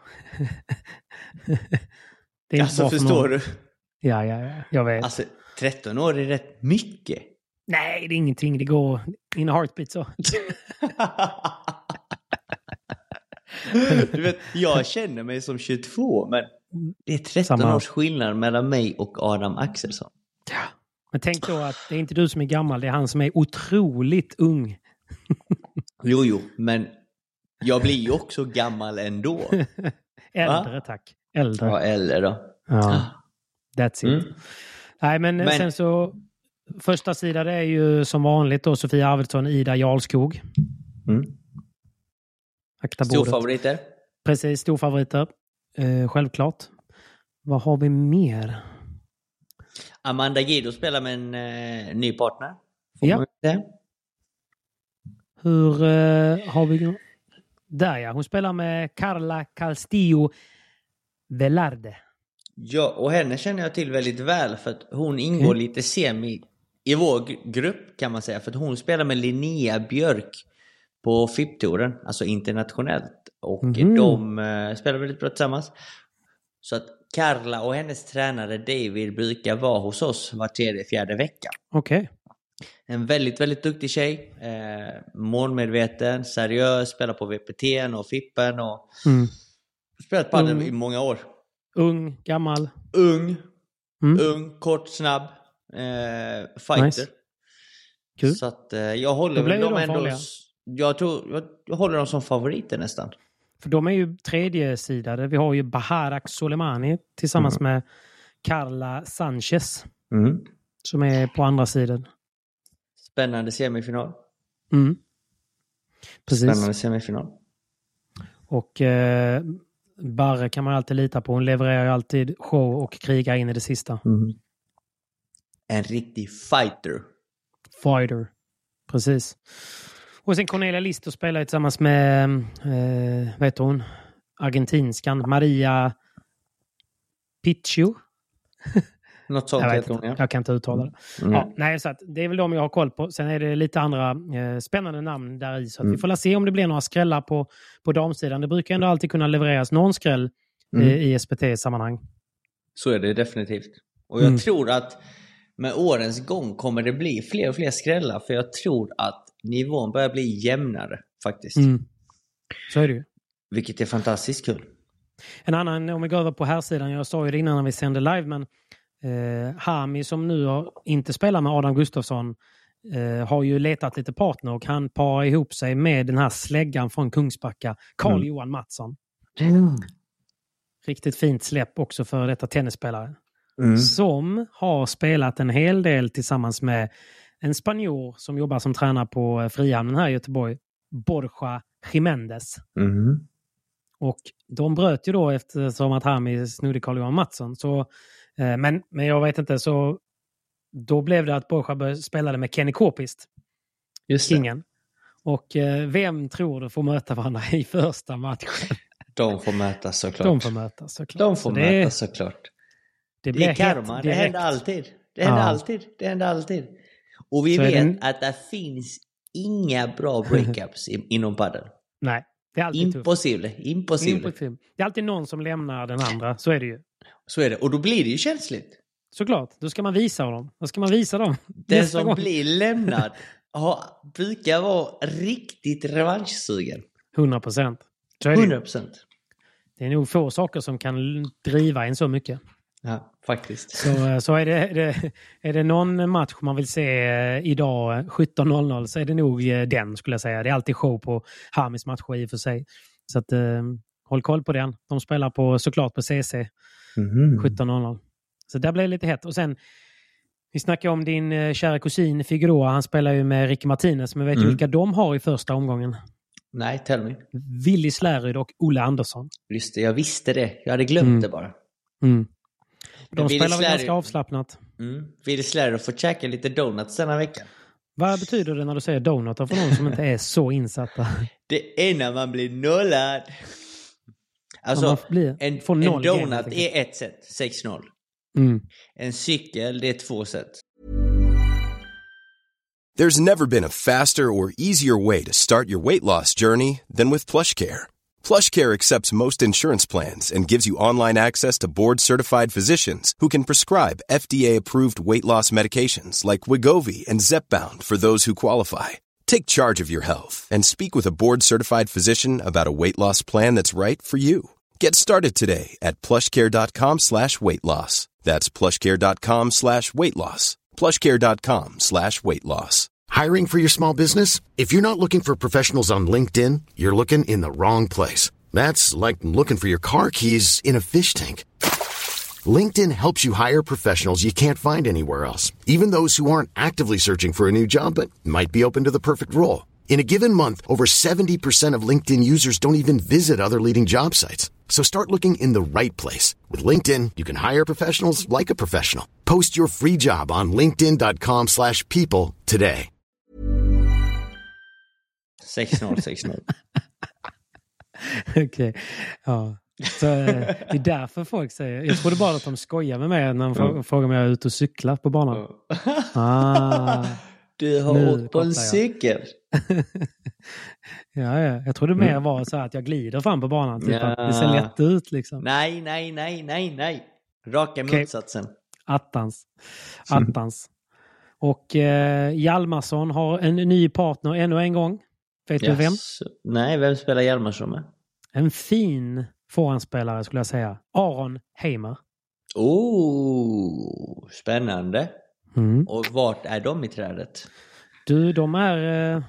Speaker 6: Det är alltså, förstår du?
Speaker 5: Ja, jag vet.
Speaker 6: Alltså, 13 år är rätt mycket.
Speaker 5: Nej, det är ingenting. Det går in a heartbeat så.
Speaker 6: Du vet, jag känner mig som 22, men det är 13 års skillnad mellan mig och Adam Axelsson.
Speaker 5: Ja, men tänk då att det är inte du som är gammal, det är han som är otroligt ung.
Speaker 6: Jo, men jag blir ju också gammal ändå.
Speaker 5: Äldre, tack. Äldre.
Speaker 6: Ja, äldre då.
Speaker 5: Ja, that's it. Nej, men sen så första sidan är ju som vanligt då Sofia Arvidsson, Ida Jarlskog.
Speaker 6: Storfavoriter?
Speaker 5: Precis, storfavoriter. Självklart. Vad har vi mer?
Speaker 6: Amanda Guido spelar med en ny partner.
Speaker 5: Ja. Hur har vi... Där ja, hon spelar med Carla Castillo Velarde.
Speaker 6: Ja, och henne känner jag till väldigt väl för att hon ingår lite semi i vår grupp kan man säga. För att hon spelar med Linnea Björk på FIP-touren, alltså internationellt. Och de spelar väldigt bra tillsammans. Så att Carla och hennes tränare David brukar vara hos oss var 3-4 vecka.
Speaker 5: Okej.
Speaker 6: En väldigt, väldigt duktig tjej. Målmedveten, seriös, spelar på VPT:n och FIPen och spelat padel i många år.
Speaker 5: Ung, gammal.
Speaker 6: Ung, kort, snabb. Fighter. Nice.
Speaker 5: Kul.
Speaker 6: Så att jag håller väl dem ändå. Jag håller dem som favoriter nästan.
Speaker 5: För de är ju tredje sidade. Vi har ju Baharak Soleimani tillsammans med Carla Sanchez. Som är på andra sidan.
Speaker 6: Spännande semifinal.
Speaker 5: Precis.
Speaker 6: Spännande semifinal.
Speaker 5: Och Barre kan man alltid lita på. Hon levererar ju alltid show och krigar in i det sista.
Speaker 6: En riktig fighter.
Speaker 5: Precis. Och sen Cornelia Lister spelar tillsammans med vad heter hon? Argentinskan Maria Picchu.
Speaker 6: Något sånt heter hon, ja.
Speaker 5: Jag kan inte uttala det. Ja, nej, så att det är väl de jag har koll på. Sen är det lite andra spännande namn där i. Så att vi får se om det blir några skrällar på damsidan. Det brukar ändå alltid kunna levereras någon skräll i SPT-sammanhang.
Speaker 6: Så är det definitivt. Och jag tror att med årens gång kommer det bli fler och fler skrällar. För jag tror att nivån börjar bli jämnare faktiskt.
Speaker 5: Så är det ju.
Speaker 6: Vilket är fantastiskt kul.
Speaker 5: En annan, om vi går över på här sidan, jag sa ju det innan när vi sände live, men Hami som nu inte spelar med Adam Gustafsson har ju letat lite partner och han parar ihop sig med den här släggan från Kungsbacka, Carl-Johan Mattsson. Riktigt fint släpp också för detta tennisspelare. Som har spelat en hel del tillsammans med en spanjor som jobbar som tränare på Frihamnen här i Göteborg, Borja Jiménez. Och de bröt ju då eftersom att Hami snodde Carl-Johan Mattsson. Så, men jag vet inte, så då blev det att Borja spelade med Kenny Korpist.
Speaker 6: Just
Speaker 5: Kingen. Och vem tror du får möta varandra i första matchen?
Speaker 6: De får mötas såklart. Det blir karma, det händer alltid. Det händer alltid. Och vi vet att det finns inga bra breakups inom padel.
Speaker 5: Nej, det är alltid
Speaker 6: Impossible.
Speaker 5: Det är alltid någon som lämnar den andra, så är det ju.
Speaker 6: Så är det, och då blir det ju känsligt.
Speaker 5: Såklart, då ska man visa dem.
Speaker 6: Den som blir lämnad brukar vara riktigt revanschsugen.
Speaker 5: 100%.
Speaker 6: 100%.
Speaker 5: Det är nog få saker som kan driva en så mycket.
Speaker 6: Ja, faktiskt.
Speaker 5: Så är det någon match man vill se idag 17.00 så är det nog den, skulle jag säga. Det är alltid show på Hamis matcher i och för sig. Så att, håll koll på den. De spelar såklart på CC 17.00. Så där blir det lite hett. Och sen, vi snackar om din kära kusin Figueroa. Han spelar ju med Ricky Martinez. Men vet du vilka de har i första omgången?
Speaker 6: Nej, tell me.
Speaker 5: Willy Släryd och Olle Andersson.
Speaker 6: Just det, jag visste det. Jag hade glömt det bara.
Speaker 5: De spelar väl ganska avslappnat.
Speaker 6: Willy Släryd får käka lite donuts denna veckan.
Speaker 5: Vad betyder det när du säger donuts för någon som inte är så insatta?
Speaker 6: Det är när man blir nollad. Alltså, en donut är ett sätt, 6-0. En cykel, det är 2 sätt.
Speaker 7: There's never been a faster or easier way to start your weight loss journey than with PlushCare. PlushCare accepts most insurance plans and gives you online access to board-certified physicians who can prescribe FDA-approved weight loss medications like Wegovy and Zepbound for those who qualify. Take charge of your health and speak with a board-certified physician about a weight loss plan that's right for you. Get started today at plushcare.com/weightloss. That's plushcare.com/weightloss. plushcare.com/weightloss.
Speaker 2: Hiring for your small business? If you're not looking for professionals on LinkedIn, you're looking in the wrong place. That's like looking for your car keys in a fish tank. LinkedIn helps you hire professionals you can't find anywhere else, even those who aren't actively searching for a new job but might be open to the perfect role. In a given month, over 70% of LinkedIn users don't even visit other leading job sites. So start looking in the right place. With LinkedIn, you can hire professionals like a professional. Post your free job on linkedin.com/people today.
Speaker 6: 6-0.
Speaker 5: Okej, ja. Så det är därför folk säger... Jag trodde bara att de skojar med mig när de frågar om jag är ute och cyklar på banan.
Speaker 6: Du har åkt på en cykel.
Speaker 5: Ja, jag trodde mer var så att jag glider fram på banan. Typ att det ser lätt ut liksom.
Speaker 6: Nej. Raka motsatsen.
Speaker 5: Attans. Och Hjalmarsson har en ny partner ännu en gång. Vet du vem?
Speaker 6: Nej, vem spelar Hjalmarsson med?
Speaker 5: En fin forehandspelare skulle jag säga. Aron Heimer.
Speaker 6: Spännande. Och vart är de i trädet?
Speaker 5: Du, de är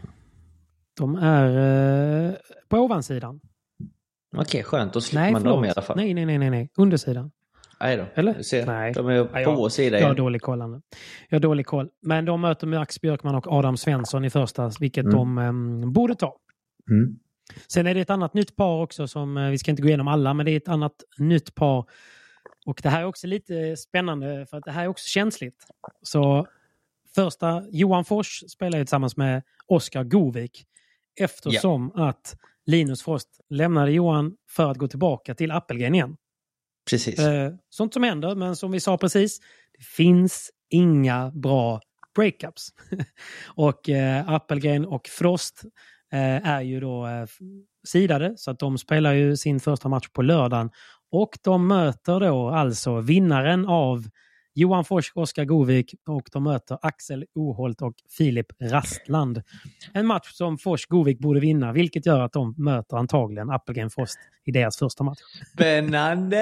Speaker 5: på ovansidan.
Speaker 6: Okej, skönt. Då slipper man dem i alla fall.
Speaker 5: Nej. Undersidan.
Speaker 6: Nej då.
Speaker 5: Eller?
Speaker 6: Du ser,
Speaker 5: nej.
Speaker 6: De är på sidan.
Speaker 5: Jag har dålig koll. Men de möter Max Björkman och Adam Svensson i första, vilket de borde ta. Sen är det ett annat nytt par också som, vi ska inte gå igenom alla, men det är ett annat nytt par. Och det här är också lite spännande för att det här är också känsligt. Så första, Johan Fors spelar ju tillsammans med Oskar Govik. Eftersom att Linus Frost lämnade Johan för att gå tillbaka till Appelgren igen.
Speaker 6: Precis.
Speaker 5: Sånt som händer, men som vi sa precis, det finns inga bra breakups. Och Appelgren och Frost är ju då sidade, så att de spelar ju sin första match på lördagen. Och de möter då alltså vinnaren av Johan Forss, Oskar Govik, och de möter Axel Oholt och Filip Rastland. En match som Forss Govik borde vinna, vilket gör att de möter antagligen Appelgren Frost i deras första match.
Speaker 6: Spännande!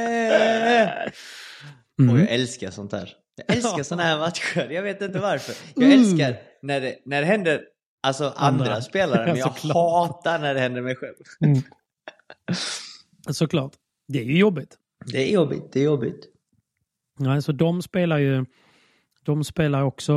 Speaker 6: Och jag älskar sånt här. Jag älskar såna här matcher. Jag vet inte varför. Jag älskar när det händer alltså andra spelare, men jag hatar när det händer mig själv.
Speaker 5: Såklart. Det är ju jobbigt.
Speaker 6: Det är jobbigt.
Speaker 5: Ja, så de spelar också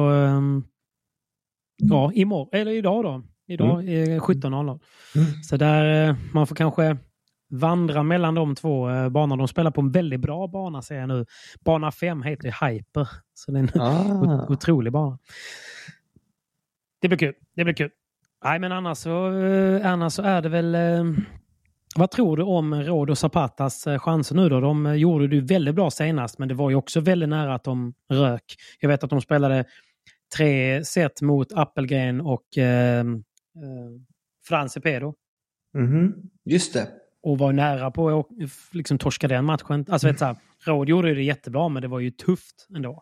Speaker 5: imorgon, eller idag då. Idag är 17:00. Så där man får kanske vandra mellan de två banorna. De spelar på en väldigt bra bana, säger jag nu. Bana 5 heter Hyper. Så det är en otrolig bana. Det blir kul. Nej, men annars så är det väl... Vad tror du om Råd och Zapatas chanser nu då? De gjorde det väldigt bra senast, men det var ju också väldigt nära att de rök. Jag vet att de spelade 3 set mot Appelgren och Frans Epedo.
Speaker 6: Just det.
Speaker 5: Och var nära på att liksom torska den matchen. Alltså vet du, Råd gjorde det jättebra, men det var ju tufft ändå.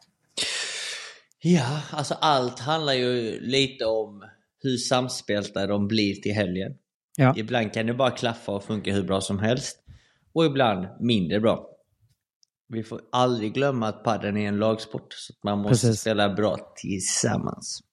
Speaker 6: Ja, alltså allt handlar ju lite om hur samspelta de blir till helgen. Ja. Ibland kan det bara klaffa och funka hur bra som helst. Och ibland mindre bra. Vi får aldrig glömma att padden är en lagsport. Så att man måste spela bra tillsammans.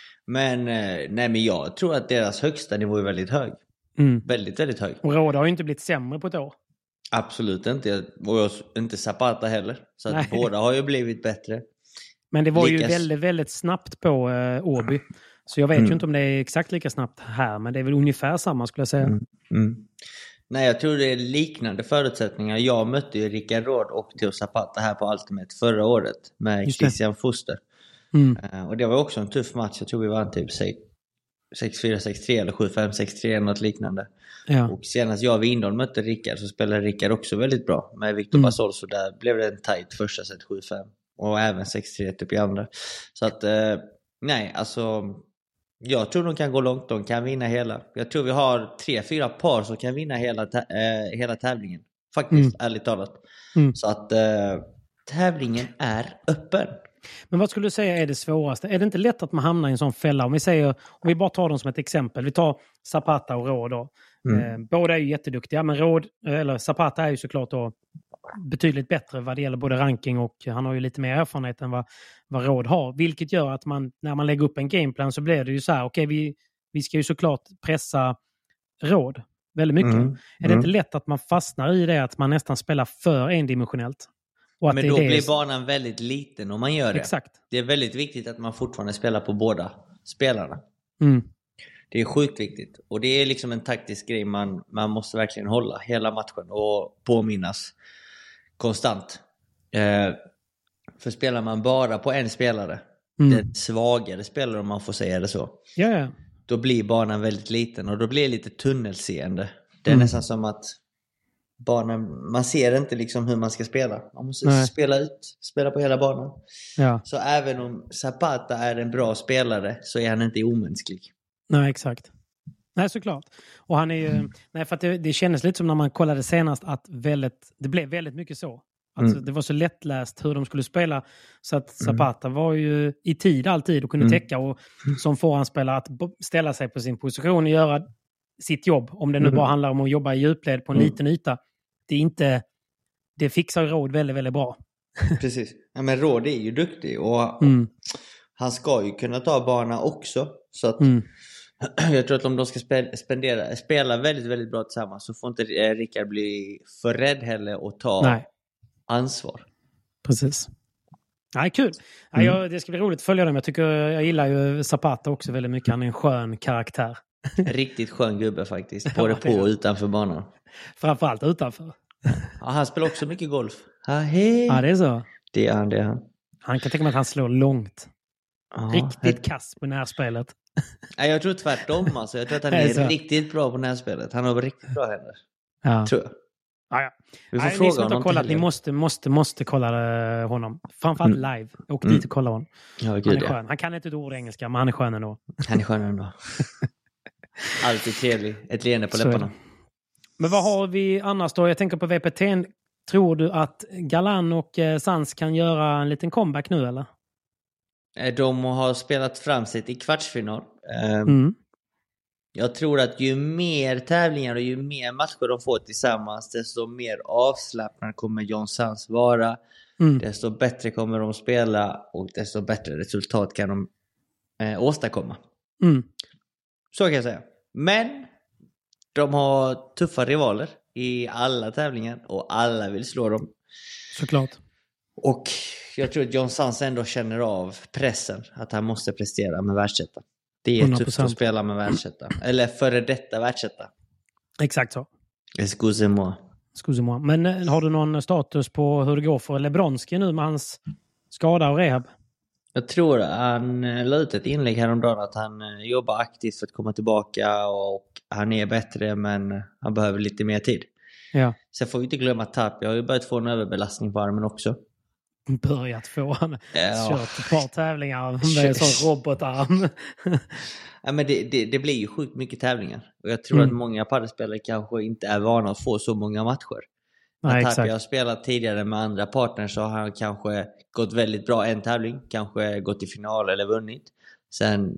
Speaker 6: Men jag tror att deras högsta nivå är väldigt hög. Väldigt, väldigt hög.
Speaker 5: Och Råd har ju inte blivit sämre på ett år.
Speaker 6: Absolut inte. Och inte Zapata heller. Så att båda har ju blivit bättre.
Speaker 5: Men det var ju väldigt, väldigt snabbt på Åby. Så jag vet ju inte om det är exakt lika snabbt här. Men det är väl ungefär samma, skulle jag säga.
Speaker 6: Nej, jag tror det är liknande förutsättningar. Jag mötte ju Rickard Råd och Theo Zapata här på Ultimate förra året. Med Christian Foster. Och det var också en tuff match. Jag tror vi vann typ 6-4, 6-3 eller 7-5, 6-3 något liknande. Ja. Och senast jag vid Indon mötte Rickard så spelade Rickard också väldigt bra. Med Victor Basol, så där blev det en tight första set 7-5. Och även 6-3 typ i andra. Så att, nej, alltså... Jag tror de kan gå långt, de kan vinna hela. Jag tror vi har 3-4 par som kan vinna hela tävlingen. Faktiskt, ärligt talat. Så att tävlingen är öppen.
Speaker 5: Men vad skulle du säga är det svåraste? Är det inte lätt att man hamnar i en sån fälla? Om vi bara tar dem som ett exempel. Vi tar Zapata och Råd då. Båda är ju jätteduktiga, men Zapata är ju såklart då betydligt bättre vad det gäller både ranking och han har ju lite mer erfarenhet än vad Råd har. Vilket gör att när man lägger upp en gameplan så blir det ju så här, okej, vi ska ju såklart pressa Råd väldigt mycket. Är det inte lätt att man fastnar i det att man nästan spelar för endimensionellt? Och att
Speaker 6: men då blir banan väldigt liten om man gör det.
Speaker 5: Exakt.
Speaker 6: Det är väldigt viktigt att man fortfarande spelar på båda spelarna. Det är sjukt viktigt. Och det är liksom en taktisk grej man måste verkligen hålla hela matchen och påminnas konstant. För spelar man bara på en spelare, den svagare spelare om man får säga det så. Då blir banan väldigt liten och då blir det lite tunnelseende. Det är nästan som att banan, man ser inte liksom hur man ska spela. Man måste spela på hela banan. Ja. Så även om Zapata är en bra spelare så är han inte omänsklig.
Speaker 5: Nej, exakt. Nej, såklart. Och han är ju... Nej, för att det kändes lite som när man kollade senast att det blev väldigt mycket så. Alltså, det var så lättläst hur de skulle spela. Så att Zapata var ju i tid alltid och kunde täcka. Och som förhandspelare att ställa sig på sin position och göra sitt jobb. Om det nu bara handlar om att jobba i djupled på en liten yta. Det fixar Råd väldigt, väldigt bra. Precis.
Speaker 6: Ja, men Råd är ju duktig. Och han ska ju kunna ta bana också. Så att... Jag tror att om de ska spela väldigt, väldigt bra tillsammans så får inte Rickard bli för rädd heller och ta ansvar.
Speaker 5: Precis. Nej, kul. Det ska bli roligt att följa dem. Jag gillar ju Zapata också väldigt mycket. Han är en skön karaktär.
Speaker 6: Riktigt skön gubbe faktiskt. Både på och utanför banan.
Speaker 5: Framförallt utanför.
Speaker 6: Ja, han spelar också mycket golf.
Speaker 5: Ja, det är så.
Speaker 6: Det är han.
Speaker 5: Han kan tänka mig att han slår långt. Riktigt kass på närspelet.
Speaker 6: Nej, jag tror tvärtom. Alltså. Jag tror att han är riktigt bra på närspelet. Han har riktigt bra händer. Ja. Tror jag.
Speaker 5: Ja. Vi får fråga honom. Kollat, ni måste kolla honom. Framförallt live. Åk dit och kolla honom.
Speaker 6: Ja,
Speaker 5: han är skön. Han kan inte ett ord engelska, men han är skön ändå.
Speaker 6: Alltid trevlig. Ett leende på läpparna.
Speaker 5: Men vad har vi annars då? Jag tänker på VPT Tror du att Galan och Sanz kan göra en liten comeback nu, eller?
Speaker 6: De har spelat fram sig i kvartsfinal. Jag tror att ju mer tävlingar och ju mer matcher de får tillsammans, desto mer avslappnad kommer John Sanz vara. Desto bättre kommer de spela och desto bättre resultat kan de åstadkomma. Så kan jag säga. Men de har tuffa rivaler i alla tävlingar och alla vill slå dem.
Speaker 5: Såklart.
Speaker 6: Och jag tror att John Sanz ändå känner av pressen att han måste prestera med världsetta. Det är 100%. Tufft att spela med världsetta. Eller före detta världsetta.
Speaker 5: Exakt så.
Speaker 6: Excusez-moi.
Speaker 5: Men har du någon status på hur det går för Lebronski nu med hans skada och rehab?
Speaker 6: Jag tror han la ut ett inlägg häromdagen att han jobbar aktivt för att komma tillbaka och han är bättre men han behöver lite mer tid.
Speaker 5: Ja.
Speaker 6: Sen får vi inte glömma att Tapia har ju börjat få en överbelastning på armen också.
Speaker 5: Börjat få han kört ett par tävlingar med en sån robotarm.
Speaker 6: Ja, men det blir ju sjukt mycket tävlingar. Och jag tror att många padelspelare kanske inte är vana att få så många matcher. När Tapia har spelat tidigare med andra partners så har han kanske gått väldigt bra en tävling. Kanske gått i final eller vunnit. Sen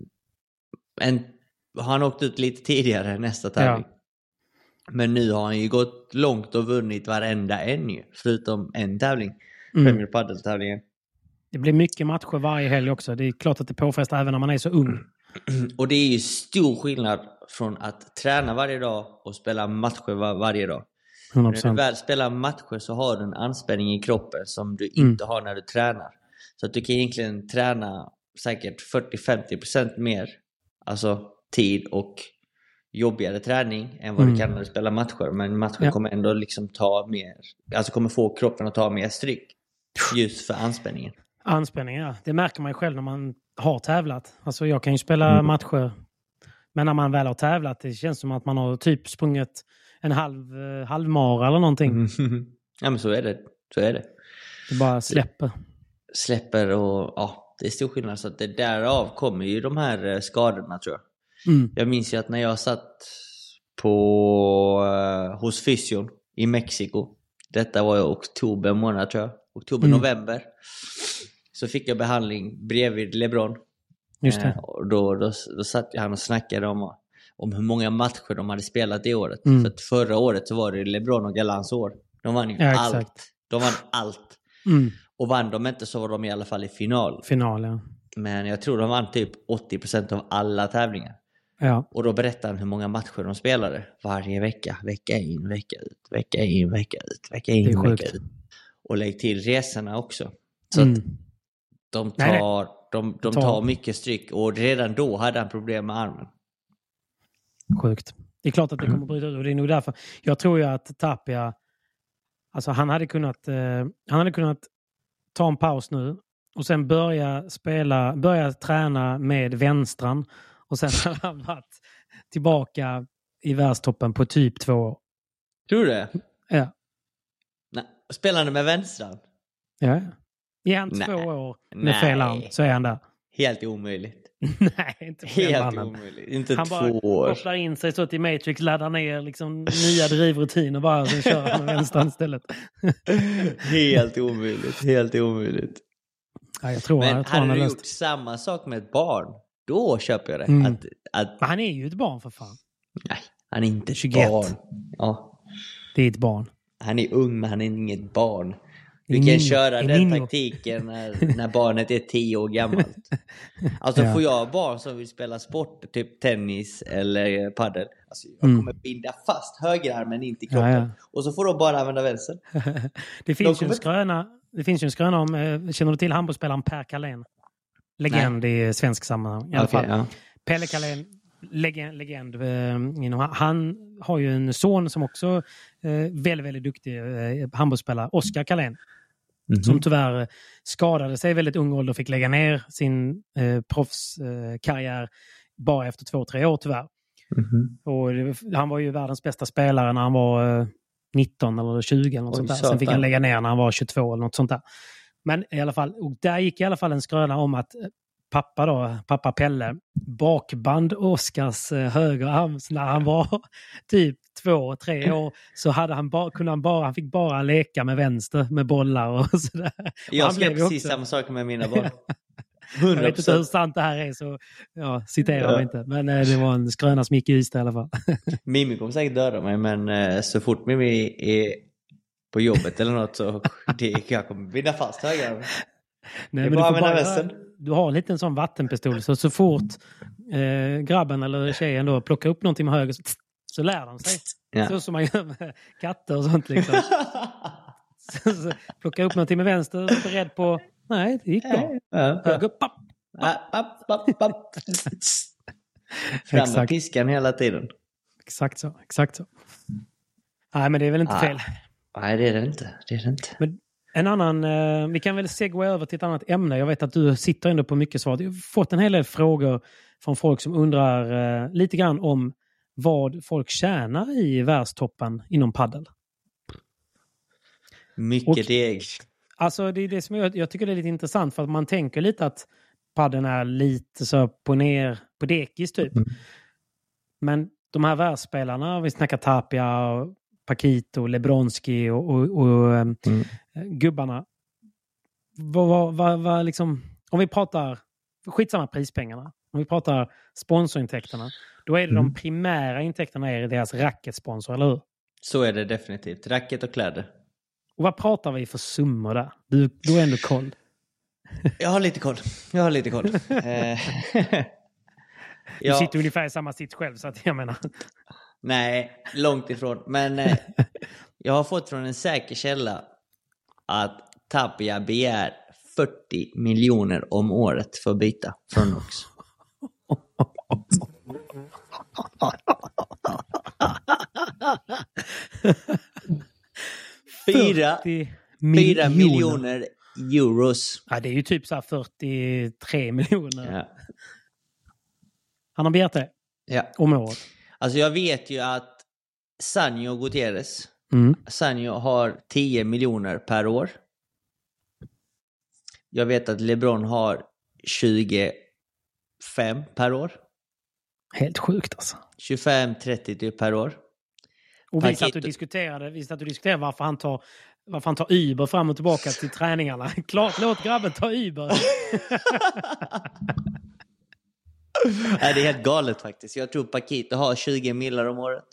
Speaker 6: har han åkt ut lite tidigare nästa tävling. Ja. Men nu har han ju gått långt och vunnit varenda en ju. Förutom en tävling. Premier Padel-tävlingen.
Speaker 5: Det blir mycket matcher varje helg också. Det är klart att det påfrestar även när man är så ung.
Speaker 6: Och det är ju stor skillnad från att träna varje dag och spela matcher varje dag. 100%. När du väl spelar matcher så har du en anspänning i kroppen som du inte har när du tränar. Så att du kan egentligen träna säkert 40-50% mer. Alltså tid och jobbigare träning än vad du kan när du spelar matcher. Men matcher kommer ändå liksom ta mer. Alltså kommer få kroppen att ta mer stryk. Just för anspänningen.
Speaker 5: Anspänningen, ja. Det märker man ju själv när man har tävlat. Alltså jag kan ju spela matcher. Men när man väl har tävlat, det känns som att man har typ sprungit en halvmara eller någonting.
Speaker 6: Ja, men så är det.
Speaker 5: Det bara
Speaker 6: Släpper och ja, det är stor skillnad. Så att det därav kommer ju de här skadorna, tror jag. Jag minns ju att när jag satt hos fysion i Mexiko. Detta var i oktober månad, tror jag. Oktober-november. Så fick jag behandling bredvid LeBron.
Speaker 5: Just det.
Speaker 6: Och då satt han och snackade om hur många matcher de hade spelat det året. För att förra året så var det LeBron och Galans år. De vann ju allt. Exakt. De vann allt. Och vann de inte så var de i alla fall i final.
Speaker 5: Ja.
Speaker 6: Men jag tror de vann typ 80% av alla tävlingar.
Speaker 5: Ja.
Speaker 6: Och då berättade han hur många matcher de spelade varje vecka. Vecka in, vecka ut. Vecka in, vecka ut. Vecka in, vecka ut. Och lägg till resorna också. Så att de tar mycket stryk. Och redan då hade han problem med armen.
Speaker 5: Sjukt. Det är klart att det kommer att bryta ut. Och det är nog därför. Jag tror ju att Tapia, alltså han hade kunnat ta en paus nu. Och sen börja träna med vänstran. Och sen har han varit tillbaka i världstoppen på typ 2 år.
Speaker 6: Tror du det?
Speaker 5: Ja.
Speaker 6: Nej. Spelar han med vänstran?
Speaker 5: Ja. Ge han 2 år med fel arm så är han där.
Speaker 6: Helt omöjligt.
Speaker 5: Nej, inte
Speaker 6: helt omöjligt. Inte
Speaker 5: han
Speaker 6: 2
Speaker 5: år. Han bara kopplar in sig så till Matrix, laddar ner liksom nya drivrutiner bara, så kör han med vänstran istället.
Speaker 6: Helt omöjligt.
Speaker 5: Ja, jag tror,
Speaker 6: men hade du gjort samma sak med ett barn, då köper jag det. Men
Speaker 5: han är ju ett barn för fan.
Speaker 6: Nej, han är inte
Speaker 5: 21.
Speaker 6: Ett barn. Ja.
Speaker 5: Det är ett barn.
Speaker 6: Han är ung, men han är inget barn. Du kan köra den taktiken när barnet är 10 år gammalt. Alltså får jag barn som vill spela sport, typ tennis eller paddel, alltså jag kommer binda fast högerarmen in till kroppen. Ja. Och så får de bara använda vänster.
Speaker 5: Det finns ju en skröna om, känner du till handbollsspelaren Per Carlén? Legend i svensk sammanhang i alla fall. Ja. Pelle Carlén, legend. Han har ju en son som också väldigt, väldigt duktig handbollsspelare, Oskar Carlén. Som tyvärr skadade sig väldigt ung ålder och fick lägga ner sin proffskarriär bara efter 2-3 år tyvärr. Och han var ju världens bästa spelare när han var 19 eller 20 eller något sånt där. Sen fick han lägga ner när han var 22 eller något sånt där. Men i alla fall, och där gick i alla fall en skröna om att pappa Pelle bakband Oskars högerarm när han var typ 2-3 år så hade han fick bara leka med vänster med bollar och sådär.
Speaker 6: Jag skrev precis samma sak med mina barn.
Speaker 5: 100%. Jag vet inte hur sant det här är, så citerar mig inte. Men det var en skröna som gick i Ystad i alla fall.
Speaker 6: Mimmi kommer säkert döda mig, men så fort Mimmi är på jobbet eller något så jag kommer binda fast höger.
Speaker 5: Nej, men du har en liten sån vattenpistol, så fort grabben eller tjejen då plockar upp någonting med höger så lär de sig. Ja. Så som man gör med katter och sånt liksom. så plockar upp någonting med vänster och är beredd på nej, det gick bra. Höger, papp.
Speaker 6: Fram med piskan hela tiden.
Speaker 5: Exakt så. Nej, men det är väl inte fel.
Speaker 6: Nej, det är det inte.
Speaker 5: Men en annan, vi kan väl segwa över till ett annat ämne. Jag vet att du sitter ändå på mycket svar. Jag har fått en hel del frågor från folk som undrar lite grann om vad folk tjänar i världstoppen inom paddel.
Speaker 6: Mycket deg.
Speaker 5: Alltså det är det som jag tycker det är lite intressant, för att man tänker lite att padden är lite så på dekis typ. Men de här världsspelarna, vi snackar Tapia, Paquito, Lebronski och gubbarna. Vad liksom, om vi pratar skitsamma prispengarna, om vi pratar sponsorintäkterna, då är det de primära intäkterna är deras racketsponsor, eller hur?
Speaker 6: Så är det definitivt. Racket och kläder.
Speaker 5: Och vad pratar vi för summor där? Du har ändå koll.
Speaker 6: Jag har lite koll.
Speaker 5: Du sitter ungefär i samma sitt själv, så att jag menar.
Speaker 6: Nej, långt ifrån. Men jag har fått från en säker källa att Tapia begär 40 miljoner om året för att byta från Nox. 4 miljoner euros.
Speaker 5: Ja, det är ju typ så här 43 miljoner.
Speaker 6: Ja.
Speaker 5: Han har begärt det om året.
Speaker 6: Alltså jag vet ju att Sanjo Gutierrez, Sanjo har 10 miljoner per år. Jag vet att LeBron har 25 per år.
Speaker 5: Helt sjukt alltså.
Speaker 6: 25-30 typ per år.
Speaker 5: Och visst att du diskuterade varför han tar Uber fram och tillbaka till träningarna. Klart, låt grabben ta Uber.
Speaker 6: Nej, det är helt galet faktiskt. Jag tror Paquito har 20 millar om året.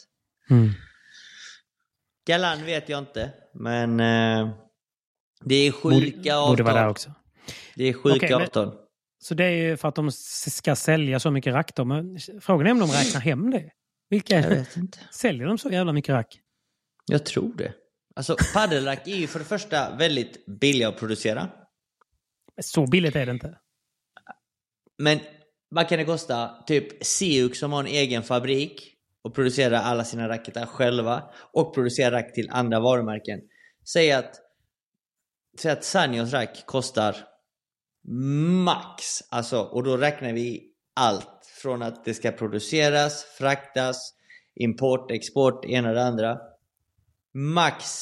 Speaker 6: Galan vet jag inte, men det är sjuka avtal.
Speaker 5: Borde vara där också.
Speaker 6: Det är sjuka avtal.
Speaker 5: Så det är ju för att de ska sälja så mycket rack då. Men frågan är om de räknar hem det.
Speaker 6: Jag vet inte.
Speaker 5: Säljer de så jävla mycket rack?
Speaker 6: Jag tror det. Alltså paddelrack är ju för det första väldigt billiga att producera.
Speaker 5: Så billigt är det inte.
Speaker 6: Men vad kan det kosta? Typ Siux som har en egen fabrik och producerar alla sina racketar själva och producerar rack till andra varumärken. Säg att Sanjos rack kostar max, alltså, och då räknar vi allt från att det ska produceras, fraktas, import, export, ena eller andra. Max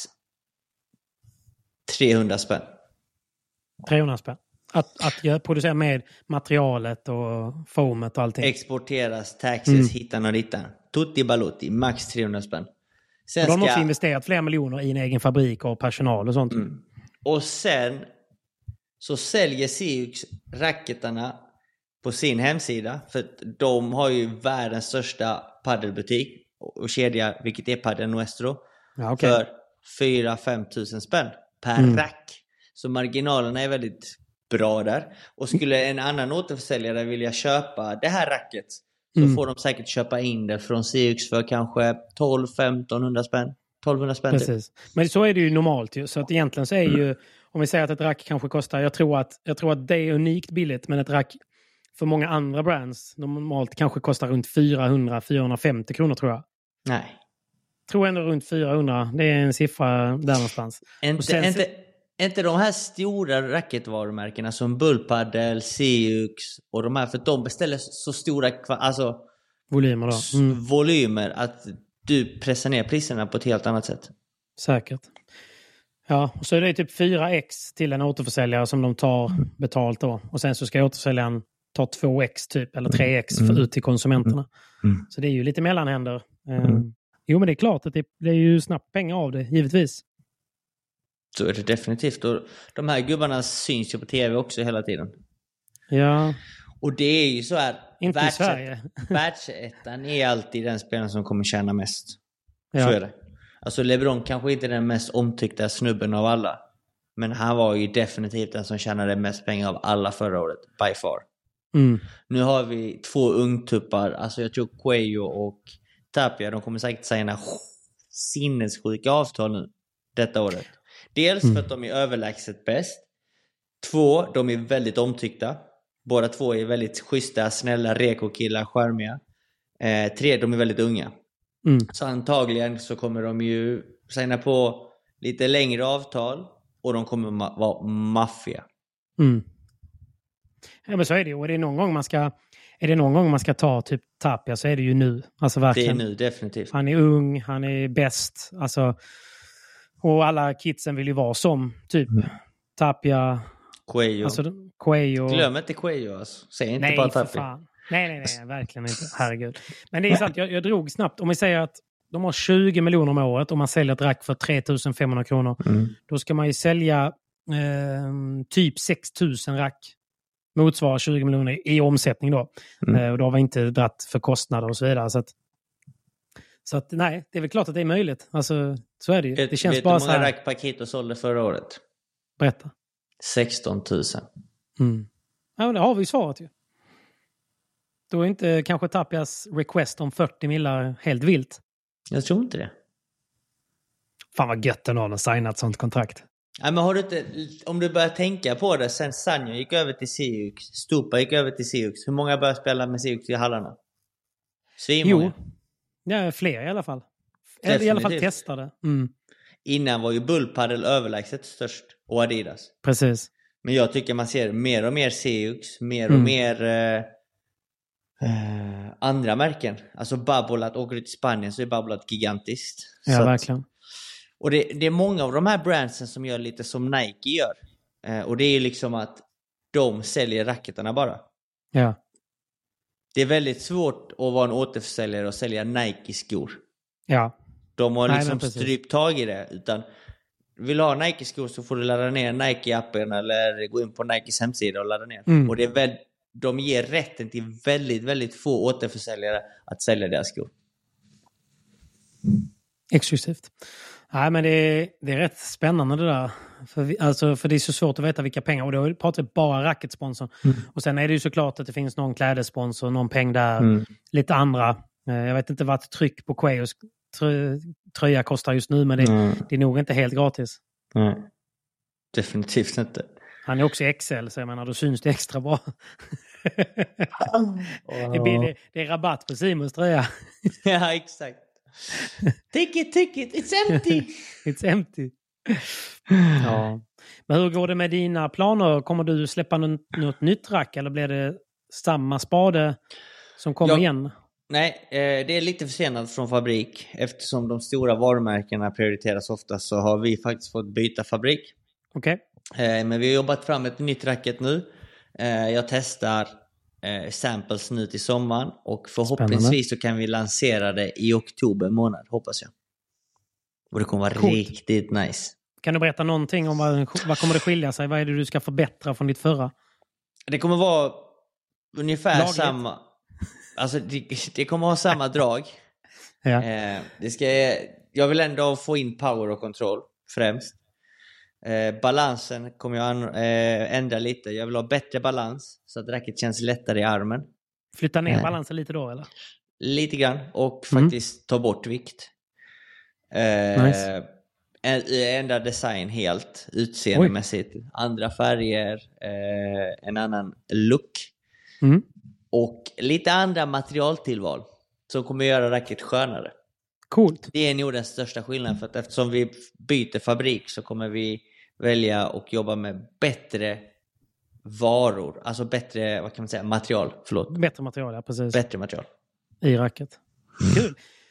Speaker 6: 300 spänn.
Speaker 5: 300 spänn. Att producera med materialet och foamet och allting.
Speaker 6: Exporteras, taxes, hittan och dittan. Tutti balutti, max 300 spänn.
Speaker 5: Sen och de har också investerat flera miljoner i en egen fabrik och personal och sånt.
Speaker 6: Och sen så säljer Siux racketarna på sin hemsida, för de har ju världens största paddelbutik och kedja, vilket är Padel Nuestro, för 4-5 tusen spänn per rack. Så marginalerna är väldigt bra där. Och skulle en annan återförsäljare vilja köpa det här racket, så får de säkert köpa in det från Siux för kanske 1200-1500 spänn. 1200 spänn.
Speaker 5: Precis. Men så är det ju normalt ju. Så att egentligen så är ju, om vi säger att ett rack kanske kostar, jag tror att det är unikt billigt, men ett rack för många andra brands normalt kanske kostar runt 400-450 kronor, tror jag.
Speaker 6: Nej.
Speaker 5: Jag tror ändå runt 400. Det är en siffra där någonstans.
Speaker 6: Inte de här stora racketvarumärkena som Bullpaddle, Siux och de här, för de beställer så stora
Speaker 5: volymer då.
Speaker 6: Volymer att du pressar ner priserna på ett helt annat sätt.
Speaker 5: Säkert. Ja, och så är det typ 4x till en återförsäljare som de tar betalt då. Och sen så ska återförsäljaren ta 2x typ, eller 3x ut till konsumenterna. Så det är ju lite mellanhänder. Jo, men det är klart att det är ju snabbt pengar av det, givetvis.
Speaker 6: Så är det definitivt. Och de här gubbarna syns ju på tv också hela tiden.
Speaker 5: Ja.
Speaker 6: Och det är ju så här.
Speaker 5: Inte i Sverige.
Speaker 6: Världsettan är alltid den spelaren som kommer tjäna mest.
Speaker 5: Ja.
Speaker 6: Så är det. Alltså LeBron kanske inte är den mest omtyckta snubben av alla. Men han var ju definitivt den som tjänade mest pengar av alla förra året. By far.
Speaker 5: Mm.
Speaker 6: Nu har vi 2 ungtuppar. Alltså jag tror Cuello och Tapia. De kommer säkert signa sinnessjuka avtal nu. Detta året. Dels för att de är överlägset bäst. 2, de är väldigt omtyckta. Båda 2 är väldigt schyssta, snälla, reko-killar, charmiga. 3, de är väldigt unga. Så antagligen så kommer de ju signa på lite längre avtal. Och de kommer vara maffia.
Speaker 5: Ja, men så är det ju. Och är det någon gång man ska ta typ Tapia så är det ju nu. Alltså verkligen.
Speaker 6: Det är nu, definitivt.
Speaker 5: Han är ung, han är bäst. Alltså, och alla kidsen vill ju vara som typ Tapia.
Speaker 6: Cuello.
Speaker 5: Alltså, Cuello.
Speaker 6: Glöm inte Cuello alltså. Säg inte bara Tapia.
Speaker 5: Nej, verkligen inte. Herregud. Men det är sant, jag drog snabbt. Om vi säger att de har 20 miljoner om året och man säljer ett rack för 3 500 kronor. Då ska man ju sälja typ 6 000 rack. Motsvarar 20 miljoner i omsättning då. Och då har vi inte dratt för kostnader och så vidare. Så att nej, det är väl klart att det är möjligt. Alltså, så är det ju. Det känns bara så här.
Speaker 6: Vet du hur många rack Paquito sålde förra året?
Speaker 5: Berätta.
Speaker 6: 16 000.
Speaker 5: Ja, men det har vi ju svarat ju. Då är inte kanske Tapias request om 40 millar helt vilt.
Speaker 6: Jag tror inte det.
Speaker 5: Fan vad gött den har att signa ett sånt kontrakt.
Speaker 6: Nej, men har du inte, om du börjar tänka på det, sen Sanjo gick över till Siux, Stupa gick över till Siux. Hur många börjar spela med Siux i hallarna?
Speaker 5: Jo, ja, fler i alla fall. Eller i alla fall testade.
Speaker 6: Innan var ju Bullpaddle överlägset störst och Adidas.
Speaker 5: Precis.
Speaker 6: Men jag tycker man ser mer och mer Siux, mer och mer andra märken. Alltså Babolat, åker du till Spanien så är Babolat gigantiskt.
Speaker 5: Ja, verkligen.
Speaker 6: Och det är många av de här brandsen som gör lite som Nike gör. Och det är ju liksom att de säljer racketarna bara.
Speaker 5: Ja.
Speaker 6: Det är väldigt svårt att vara en återförsäljare och sälja Nike-skor.
Speaker 5: Ja.
Speaker 6: De har liksom strypt tag i det. Utan vill du ha Nike-skor så får du ladda ner Nike-appen eller gå in på Nikes hemsida och ladda ner. Och det är de ger rätten till väldigt, väldigt få återförsäljare att sälja deras skor.
Speaker 5: Exklusivt. Nej, men det är rätt spännande det där. För det är så svårt att veta vilka pengar. Och då pratar vi bara racketsponsorn. Och sen är det ju såklart att det finns någon klädesponsor, någon peng där. Lite andra. Jag vet inte vad tryck på Quayos tröja kostar just nu. Men det är nog inte helt gratis.
Speaker 6: Nej, definitivt inte.
Speaker 5: Han är också XL, så jag menar, då syns det extra bra. Det är rabatt på Simons tröja.
Speaker 6: Ja, exakt. Take it, it's empty.
Speaker 5: It's empty. Ja. Men hur går det med dina planer? Kommer du släppa något nytt rack eller blir det samma spade som kommer igen? Nej,
Speaker 6: det är lite försenat från fabrik. Eftersom de stora varumärkena prioriteras ofta så har vi faktiskt fått byta fabrik.
Speaker 5: Okej.
Speaker 6: Men vi har jobbat fram ett nytt racket nu. Jag testar samples nu till sommaren och förhoppningsvis så kan vi lansera det i oktober månad, hoppas jag. Och det kommer vara riktigt nice.
Speaker 5: Kan du berätta någonting om vad kommer det skilja sig? Vad är det du ska förbättra från ditt förra?
Speaker 6: Det kommer vara ungefär samma. Alltså det kommer ha samma drag.
Speaker 5: Ja.
Speaker 6: Jag vill ändå få in power och kontroll främst. Balansen kommer jag ändra lite. Jag vill ha bättre balans så att racket känns lättare i armen.
Speaker 5: Flytta ner balansen lite då, eller?
Speaker 6: Lite grann. Och faktiskt ta bort vikt.
Speaker 5: Nice.
Speaker 6: Ändra design helt. Utseendemässigt. Andra färger. En annan look. Och lite andra materialtillval. Som kommer göra racket skönare.
Speaker 5: Coolt.
Speaker 6: Det är nog den största skillnaden. För att eftersom vi byter fabrik så kommer vi välja och jobba med bättre varor. Alltså bättre, vad kan man säga, material. Förlåt.
Speaker 5: Bättre material, ja, precis.
Speaker 6: Bättre material.
Speaker 5: I racket. Kul.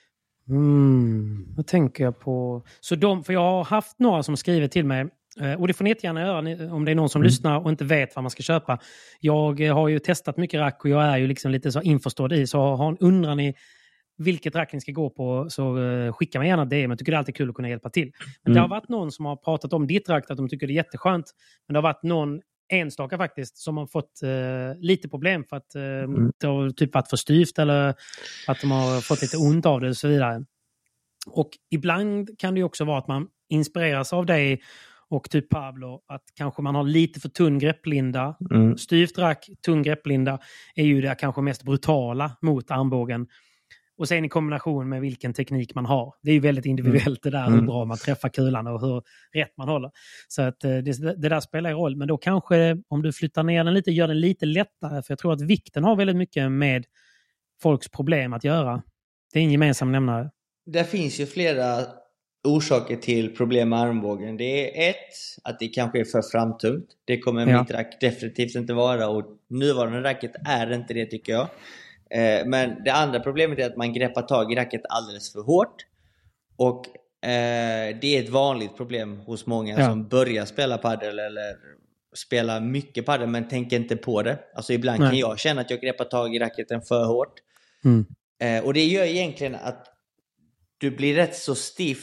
Speaker 5: Vad tänker jag på? För jag har haft några som skrivit till mig. Och det får ni gärna göra om det är någon som lyssnar och inte vet vad man ska köpa. Jag har ju testat mycket rack och jag är ju liksom lite så införstådd i. Så undrar ni vilket rack ni ska gå på, så skicka mig gärna det. Men jag tycker det är alltid kul att kunna hjälpa till. Men det har varit någon som har pratat om ditt rack, att de tycker det är jätteskönt. Men det har varit någon enstaka faktiskt som har fått lite problem för att det har typ varit för styvt eller att de har fått lite ont av det och så vidare. Och ibland kan det ju också vara att man inspireras av dig och typ Pablo, att kanske man har lite för tunn grepplinda. Styvt rack, tunn grepplinda är ju det kanske mest brutala mot armbågen. Och sen i kombination med vilken teknik man har. Det är ju väldigt individuellt det där, hur bra man träffar kulan och hur rätt man håller. Så att det där spelar roll. Men då kanske om du flyttar ner den lite, gör den lite lättare. För jag tror att vikten har väldigt mycket med folks problem att göra. Det är en gemensam nämnare.
Speaker 6: Det finns ju flera orsaker till problem med armbågen. Det är att det kanske är för framtungt. Det kommer mitt rack definitivt inte vara. Och nuvarande racket är inte det, tycker jag. Men det andra problemet är att man greppar tag i racket alldeles för hårt. Och det är ett vanligt problem hos många som börjar spela paddel eller spela mycket paddel men tänker inte på det. Alltså ibland kan jag känna att jag greppar tag i racketen för hårt. Och det gör egentligen att du blir rätt så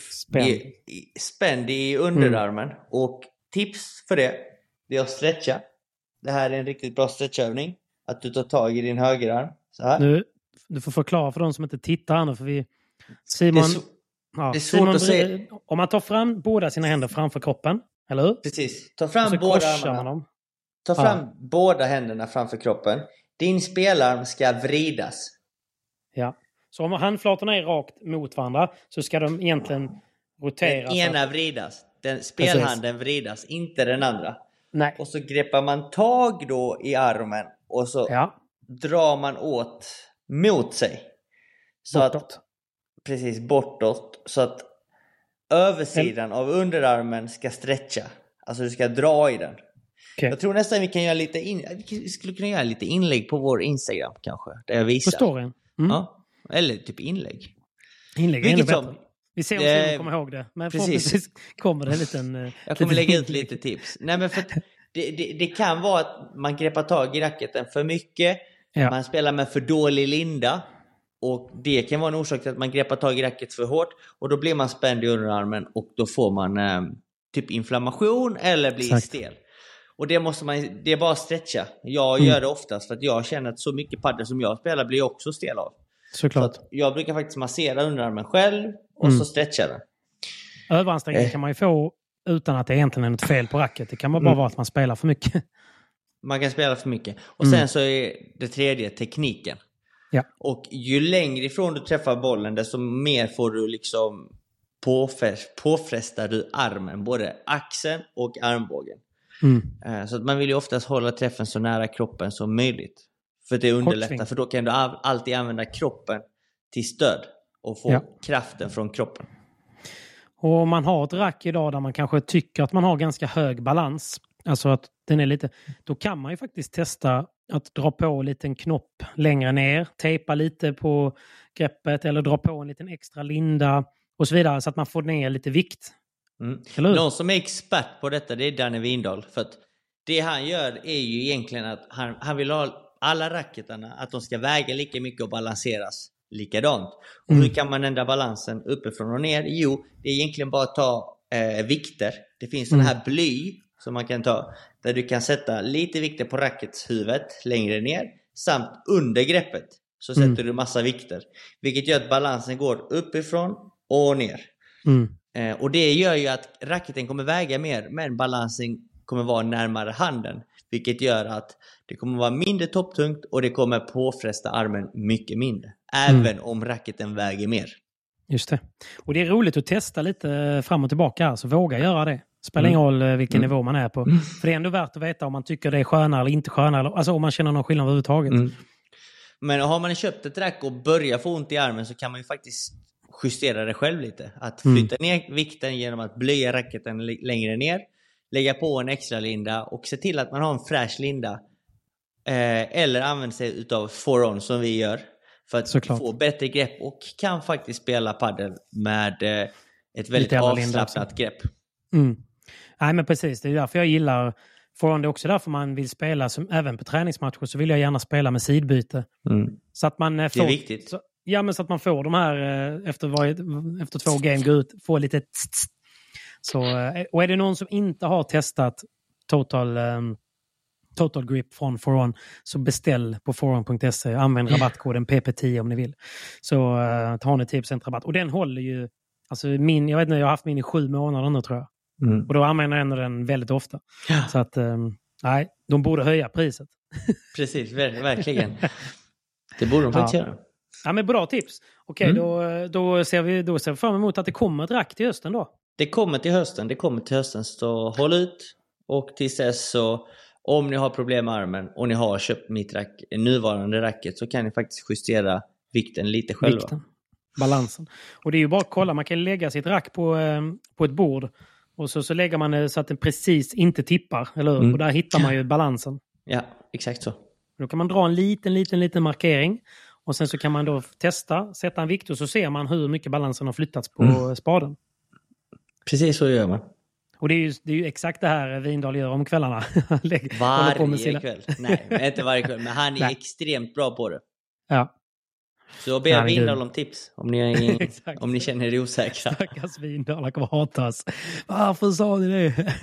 Speaker 6: spänd i underarmen. Och tips för det är att stretcha. Det här är en riktigt bra stretchövning. Att du tar tag i din högerarm. Så här.
Speaker 5: Nu, du får förklara för de som inte tittar nu, för vi... Simon,
Speaker 6: det är svårt att se.
Speaker 5: Om man tar fram båda sina händer framför kroppen, eller hur?
Speaker 6: Precis. Ta fram båda armarna. Ta fram båda händerna framför kroppen. Din spelarm ska vridas.
Speaker 5: Ja. Så om handflatorna är rakt mot varandra så ska de egentligen rotera.
Speaker 6: Den ena vridas. Spelhanden vridas, inte den andra.
Speaker 5: Nej.
Speaker 6: Och så greppar man tag då i armen och så drar man åt mot sig. Så bortåt. Precis, bortåt. Så att översidan av underarmen ska stretcha. Alltså du ska dra i den. Okay. Jag tror nästan vi kan göra vi skulle kunna göra lite inlägg på vår Instagram kanske. Där jag visar.
Speaker 5: Förstår jag.
Speaker 6: Ja. Eller typ inlägg.
Speaker 5: Inlägg är ännu bättre. Vi ser om vi kommer ihåg det. Men förhoppningsvis kommer det en liten...
Speaker 6: Jag kommer lägga ut lite tips. Nej, men för det kan vara att man greppar tag i racketen för mycket. Ja. Man spelar med för dålig linda. Och det kan vara en orsak till att man greppar tag i racket för hårt. Och då blir man spänd i underarmen. Och då får man typ inflammation eller blir stel. Och det är bara att stretcha. Jag gör det oftast för att jag känner att så mycket paddel som jag spelar blir också stel av.
Speaker 5: Såklart.
Speaker 6: Så jag brukar faktiskt massera underarmen själv och så stretcha den.
Speaker 5: Överansträngning kan man ju få utan att det egentligen är något fel på racket. Det kan bara vara att man spelar för mycket.
Speaker 6: Man kan spela för mycket. Och sen så är det tredje tekniken.
Speaker 5: Ja.
Speaker 6: Och ju längre ifrån du träffar bollen, desto mer får du liksom påfrestar du armen. Både axeln och armbågen. Så att man vill ju oftast hålla träffen så nära kroppen som möjligt. För det underlättar. För då kan du alltid använda kroppen till stöd. Och få kraften från kroppen.
Speaker 5: Och om man har ett rack idag där man kanske tycker att man har ganska hög balans. Alltså att den är lite... Då kan man ju faktiskt testa att dra på en liten knopp längre ner. Tejpa lite på greppet. Eller dra på en liten extra linda. Och så vidare. Så att man får ner lite vikt.
Speaker 6: Någon som är expert på detta, det är Danny Windahl. För att det han gör är ju egentligen att han vill ha alla racketarna, att de ska väga lika mycket och balanseras likadant. Och hur kan man ändra balansen uppifrån och ner? Jo, det är egentligen bara att ta vikter. Det finns sådana här bly som man kan ta, där du kan sätta lite vikter på racketshuvudet längre ner, samt under greppet så sätter du massa vikter. Vilket gör att balansen går uppifrån och ner. Och det gör ju att racketen kommer väga mer, men balansen kommer vara närmare handen. Vilket gör att det kommer vara mindre topptungt och det kommer påfresta armen mycket mindre. Även om racketen väger mer.
Speaker 5: Just det. Och det är roligt att testa lite fram och tillbaka här, så våga göra det. Spelar ingen roll vilken nivå man är på. För det är ändå värt att veta om man tycker det är skönare eller inte skönare. Alltså om man känner någon skillnad överhuvudtaget.
Speaker 6: Men har man köpt ett rack och börjar få ont i armen, så kan man ju faktiskt justera det själv lite. Att flytta ner vikten genom att blöja racketen längre ner. Lägga på en extra linda och se till att man har en fräsch linda. Eller använda sig utav forearm som vi gör. För att få bättre grepp och kan faktiskt spela paddel med ett väldigt avslappnat grepp.
Speaker 5: Nej, men precis, det är därför jag gillar forearm. Det är också därför man vill spela, som även på träningsmatcher så vill jag gärna spela med sidbyte. Så att man får,
Speaker 6: det är viktigt.
Speaker 5: Ja, men så att man får de här efter 2 game gå ut, få lite så, och är det någon som inte har testat Total Grip från ForOn, så beställ på foron.se, använd rabattkoden PP10 om ni vill, så tar ni 10% rabatt. Och den håller ju, alltså jag vet inte, jag har haft min i 7 månader nu tror jag. Och då använder jag ändå den väldigt ofta. Så att nej, de borde höja priset.
Speaker 6: Precis, verkligen. Det borde de faktiskt göra.
Speaker 5: Ja, men bra tips. Okej, då ser vi fram emot att det kommer ett rack till hösten då.
Speaker 6: Det kommer till hösten, så håll ut. Och tills dess så, om ni har problem med armen och ni har köpt mitt nuvarande racket, så kan ni faktiskt justera vikten lite själva.
Speaker 5: Balansen. Och det är ju bara att kolla, man kan lägga sitt rack på ett bord och så lägger man det så att den precis inte tippar, eller hur? Och där hittar man ju balansen.
Speaker 6: Ja, exakt så.
Speaker 5: Då kan man dra en liten markering. Och sen så kan man då sätta en vikt, och så ser man hur mycket balansen har flyttats på spaden.
Speaker 6: Precis så gör man.
Speaker 5: Och det är ju exakt det här Windahl gör om kvällarna.
Speaker 6: Varje kväll. Nej, inte varje kväll. Men han är extremt bra på det.
Speaker 5: Ja.
Speaker 6: Så be Windahl om tips. Om ni känner er osäkra.
Speaker 5: Stackars Windahl, han kommer hatas. Varför sa ni det?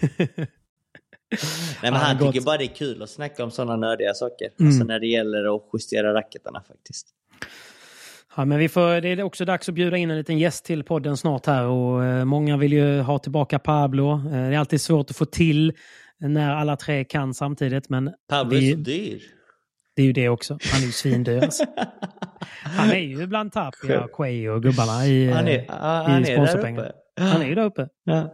Speaker 6: Nej, men han tycker bara det är kul att snacka om sådana nördiga saker. Alltså när det gäller att justera racketarna faktiskt.
Speaker 5: Ja, men det är också dags att bjuda in en liten gäst till podden snart här. Och många vill ju ha tillbaka Pablo. Det är alltid svårt att få till när alla 3 kan samtidigt. Men
Speaker 6: Pablo är så dyr.
Speaker 5: Det är ju det också. Han är ju svindyr. Alltså. Han är ju bland Tapia, Quay och gubbarna i sponsorpengar. Han är ju där uppe.
Speaker 6: Ja.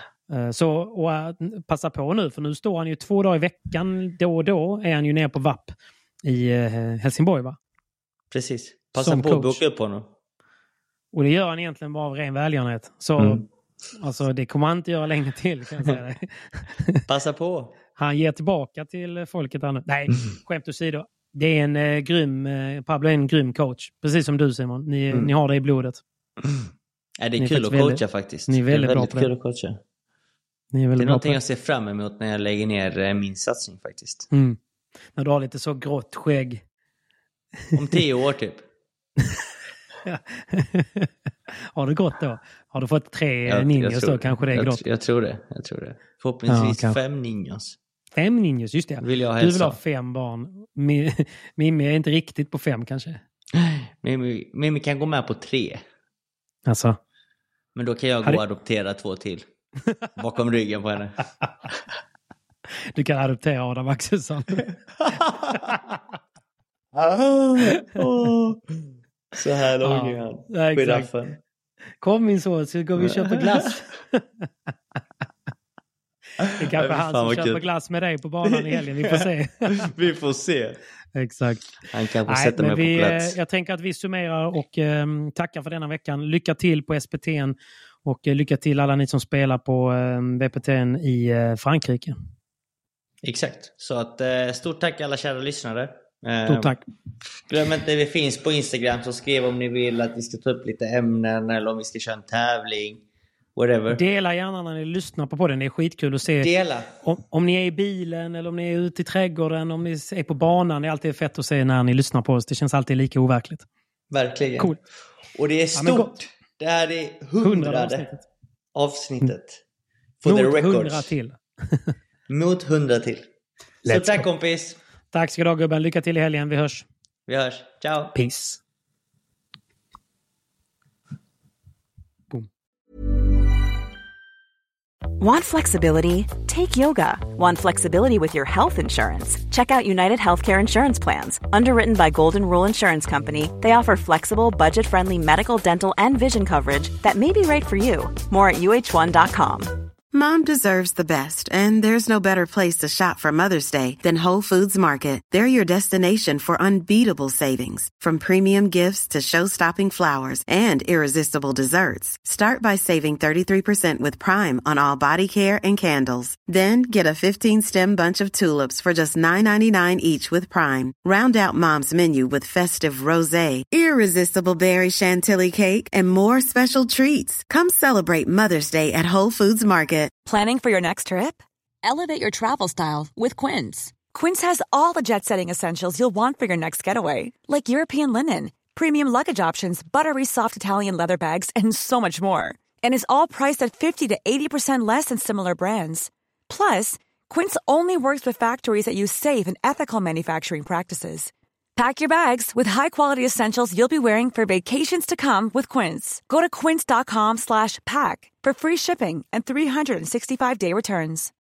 Speaker 5: Så passa på nu, för nu står han ju 2 dagar i veckan, då och då är han ju ner på VAP i Helsingborg, va?
Speaker 6: Precis, passa på att boka upp honom.
Speaker 5: Och det gör han egentligen bara av ren välgörenhet. Så alltså, det kommer han inte göra länge till, kan jag säga det.
Speaker 6: Passa på.
Speaker 5: Han ger tillbaka till folket annat. Nej, skämt åsido. Det är en Pablo är en grym coach, precis som du, Simon. Ni har det i blodet.
Speaker 6: Ja, det är kul att coacha faktiskt.
Speaker 5: Ni är väldigt
Speaker 6: bra
Speaker 5: på
Speaker 6: kul att coacha. Det är någonting jag ser fram emot när jag lägger ner min satsning faktiskt.
Speaker 5: När du har lite så grått skägg.
Speaker 6: Om 10 år typ.
Speaker 5: Har du gått då? Har du fått 3 ninjas då? Kanske det är grått.
Speaker 6: Jag tror det. Förhoppningsvis 5 ninjas.
Speaker 5: 5 ninjas, just det.
Speaker 6: Vill jag
Speaker 5: du vill ha 5 barn. Mimmi är inte riktigt på 5 kanske.
Speaker 6: Mimmi kan gå med på 3.
Speaker 5: Alltså.
Speaker 6: Men då kan jag gå och adoptera 2 till. Bakom ryggen på henne.
Speaker 5: Du kan adoptera Adam Axelsson.
Speaker 6: Så här lång är han. Giraffen.
Speaker 5: Kom min son, så går vi och köper glass. Det är kanske han som köper glass med dig på banan i helgen. Vi får se.
Speaker 6: Vi får se.
Speaker 5: Exakt.
Speaker 6: Han kanske sätter mig på plats.
Speaker 5: Jag tänker att vi summerar och tackar för denna veckan. Lycka till på SPT:n och lycka till alla ni som spelar på VPT:n i Frankrike.
Speaker 6: Exakt. Så att stort tack alla kära lyssnare.
Speaker 5: Stort tack.
Speaker 6: Glöm inte, vi finns på Instagram, så skriv om ni vill att vi ska ta upp lite ämnen eller om vi ska köra en tävling. Whatever.
Speaker 5: Dela gärna när ni lyssnar på podden. Det är skitkul att se.
Speaker 6: Dela.
Speaker 5: Om ni är i bilen eller om ni är ute i trädgården, om ni är på banan. Det är alltid fett att se när ni lyssnar på oss. Det känns alltid lika overkligt.
Speaker 6: Verkligen.
Speaker 5: Cool.
Speaker 6: Och det är stort. Det här är 100:e avsnittet.
Speaker 5: For the records. 100 till.
Speaker 6: Mot 100 till. Så tack kompis.
Speaker 5: Tack ska du ha, gubben. Lycka till i helgen. Vi hörs.
Speaker 6: Ciao.
Speaker 5: Peace.
Speaker 8: Want flexibility? Take yoga. Want flexibility with your health insurance? Check out United Healthcare Insurance Plans. Underwritten by Golden Rule Insurance Company, they offer flexible, budget-friendly medical, dental, and vision coverage that may be right for you. More at uh1.com.
Speaker 9: Mom deserves the best, and there's no better place to shop for Mother's Day than Whole Foods Market. They're your destination for unbeatable savings, from premium gifts to show-stopping flowers and irresistible desserts. Start by saving 33% with Prime on all body care and candles. Then get a 15-stem bunch of tulips for just $9.99 each with Prime. Round out Mom's menu with festive rosé, irresistible berry chantilly cake, and more special treats. Come celebrate Mother's Day at Whole Foods Market.
Speaker 8: Planning for your next trip?
Speaker 10: Elevate your travel style with Quince.
Speaker 8: Quince has all the jet-setting essentials you'll want for your next getaway, like European linen, premium luggage options, buttery soft Italian leather bags, and so much more. And is all priced at 50 to 80% less than similar brands. Plus, Quince only works with factories that use safe and ethical manufacturing practices. Pack your bags with high-quality essentials you'll be wearing for vacations to come with Quince. Go to quince.com/pack for free shipping and 365-day returns.